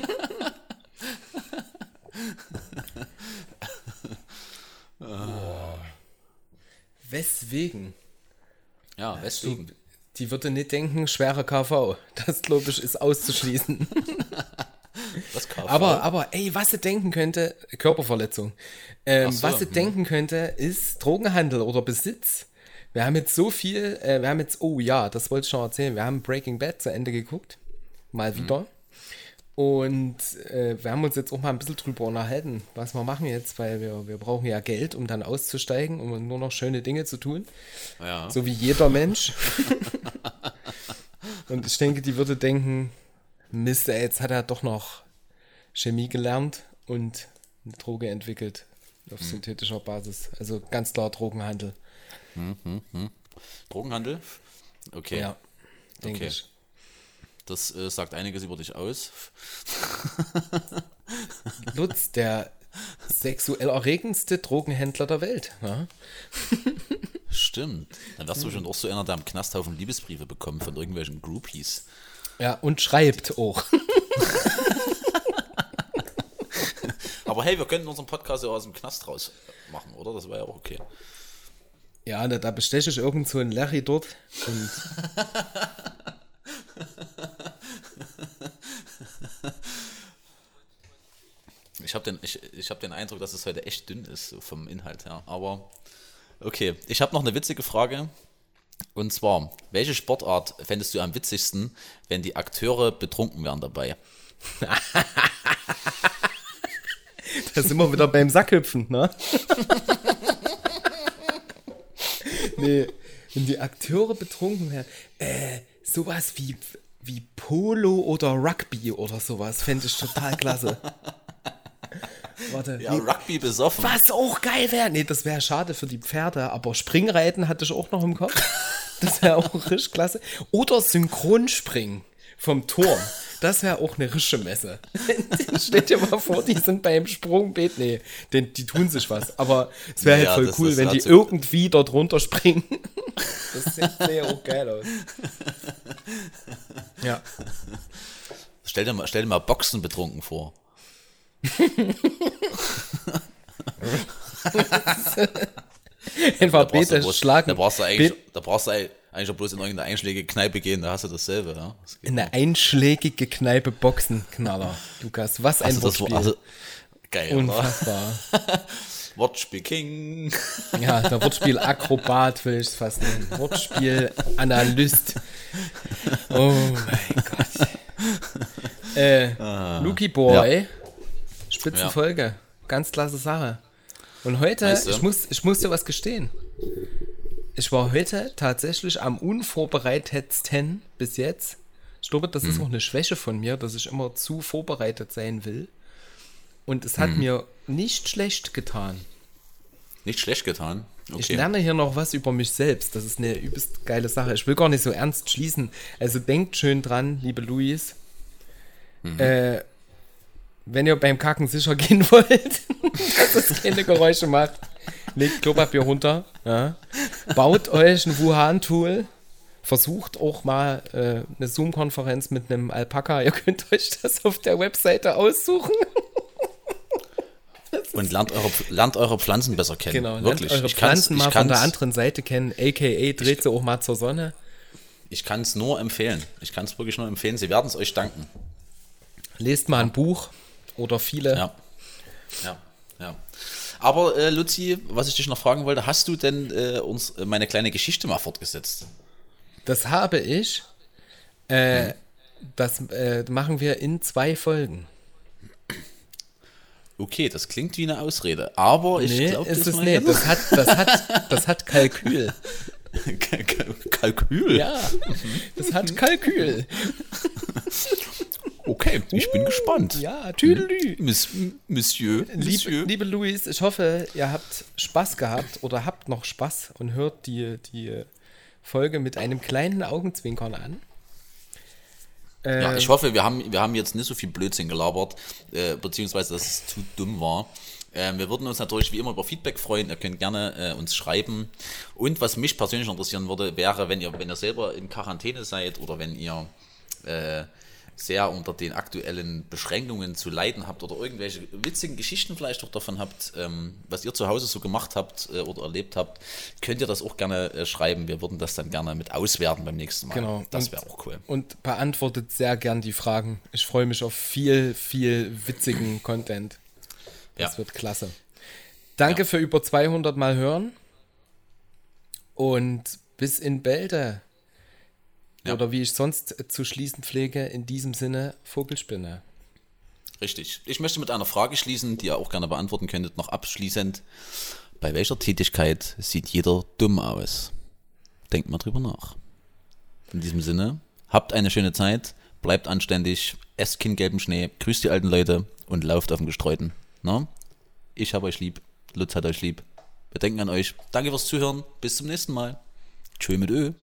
Weswegen? Ja, weswegen? Die würde nicht denken, schwere KV. Das, glaube ich, ist auszuschließen. Was KV? Aber ey, was sie denken könnte, Körperverletzung. so, Was sie denken könnte, ist Drogenhandel oder Besitz. Wir haben jetzt so viel, oh ja, das wollte ich noch erzählen. Wir haben Breaking Bad zu Ende geguckt. Mal wieder. Und wir haben uns jetzt auch mal ein bisschen drüber unterhalten, was wir machen jetzt, weil wir brauchen ja Geld, um dann auszusteigen, um nur noch schöne Dinge zu tun. Ja. So wie jeder Mensch. Und ich denke, die würde denken, Mist, ey, jetzt hat er doch noch Chemie gelernt und eine Droge entwickelt auf synthetischer Basis. Also ganz klar Drogenhandel. Drogenhandel? Okay. Ja, denke Okay. ich. Das sagt einiges über dich aus. Lutz, der sexuell erregendste Drogenhändler der Welt. Ja? Stimmt. Dann wärst du bestimmt auch so einer, der am Knasthaufen Liebesbriefe bekommt von irgendwelchen Groupies. Ja, und schreibt auch. Aber hey, wir könnten unseren Podcast ja aus dem Knast raus machen, oder? Das wäre ja auch okay. Ja, da besteche ich irgend so einen Larry dort und Ich hab den Eindruck, dass es heute echt dünn ist, so vom Inhalt her. Aber okay, ich habe noch eine witzige Frage. Und zwar, welche Sportart fändest du am witzigsten, wenn die Akteure betrunken wären dabei? da sind wir wieder beim Sackhüpfen, ne? Nee, wenn die Akteure betrunken wären. Sowas wie Polo oder Rugby oder sowas fände ich total klasse. Warte. Ja, Rugby besoffen. Was auch geil wäre. Nee, das wäre schade für die Pferde, aber Springreiten hatte ich auch noch im Kopf. Das wäre auch richtig klasse. Oder Synchronspringen vom Turm. Das wäre auch eine rische Messe. Stell dir mal vor, die sind beim Sprungbeet. Nee, die tun sich was. Aber es wäre halt voll cool, wenn die irgendwie dort runterspringen. Das sähe ja auch geil aus. Ja. Stell dir mal Boxen betrunken vor. Einfach Beete schlagen. Da brauchst du eigentlich bloß in irgendeine einschlägige Kneipe gehen, da hast du dasselbe. Ja? In eine einschlägige Kneipe Boxen, Knaller. Lukas, was ein Wortspiel. Geil, unfassbar. Wortspiel King. Ja, der Wortspiel-Akrobat will ich es fast nennen. Wortspiel-Analyst. Oh mein Gott. Luki Boy. Ja. Spitzenfolge. Ganz klasse Sache. Und heute, weißt du? ich muss dir was gestehen. Ich war heute tatsächlich am unvorbereitetsten bis jetzt. Ich glaube, das ist auch eine Schwäche von mir, dass ich immer zu vorbereitet sein will. Und es hat mir nicht schlecht getan. Nicht schlecht getan? Okay. Ich lerne hier noch was über mich selbst. Das ist eine übelst geile Sache. Ich will gar nicht so ernst schließen. Also denkt schön dran, liebe Luis. Wenn ihr beim Kacken sicher gehen wollt, dass es keine Geräusche macht, legt Klopapier runter. Ja. Baut euch ein Wuhan-Tool. Versucht auch mal eine Zoom-Konferenz mit einem Alpaka. Ihr könnt euch das auf der Webseite aussuchen. Und lernt eure Pflanzen besser kennen. Genau, wirklich. Lernt eure Pflanzen mal von der anderen Seite kennen, a.k.a. dreht sie auch mal zur Sonne. Ich kann es nur empfehlen. Ich kann es wirklich nur empfehlen. Sie werden es euch danken. Lest mal ein Buch oder viele. Ja. Aber Luzi, was ich dich noch fragen wollte, hast du denn uns meine kleine Geschichte mal fortgesetzt? Das habe ich. Das machen wir in 2 Folgen. Okay, das klingt wie eine Ausrede, aber ich glaube, das hat Kalkül. Kalkül? Ja, das hat Kalkül. Okay, ich bin gespannt. Ja, tüdelü. Monsieur. Liebe Luis, ich hoffe, ihr habt Spaß gehabt oder habt noch Spaß und hört die Folge mit einem kleinen Augenzwinkern an. Ja, ich hoffe, wir haben jetzt nicht so viel Blödsinn gelabert, beziehungsweise, dass es zu dumm war. Wir würden uns natürlich wie immer über Feedback freuen. Ihr könnt gerne uns schreiben. Und was mich persönlich interessieren würde, wäre, wenn ihr selber in Quarantäne seid oder wenn ihr sehr unter den aktuellen Beschränkungen zu leiden habt oder irgendwelche witzigen Geschichten vielleicht auch davon habt, was ihr zu Hause so gemacht habt oder erlebt habt, könnt ihr das auch gerne schreiben. Wir würden das dann gerne mit auswerten beim nächsten Mal. Genau. Das wäre auch cool. Und beantwortet sehr gern die Fragen. Ich freue mich auf viel, viel witzigen Content. Das wird klasse. Danke für über 200 Mal hören und bis in Bälde. Ja. Oder wie ich sonst zu schließen pflege, in diesem Sinne, Vogelspinne. Richtig. Ich möchte mit einer Frage schließen, die ihr auch gerne beantworten könntet, noch abschließend. Bei welcher Tätigkeit sieht jeder dumm aus? Denkt mal drüber nach. In diesem Sinne, habt eine schöne Zeit, bleibt anständig, esst keinen gelben Schnee, grüßt die alten Leute und lauft auf dem Gestreuten. Na? Ich habe euch lieb, Lutz hat euch lieb. Wir denken an euch. Danke fürs Zuhören, bis zum nächsten Mal. Tschö mit Ö.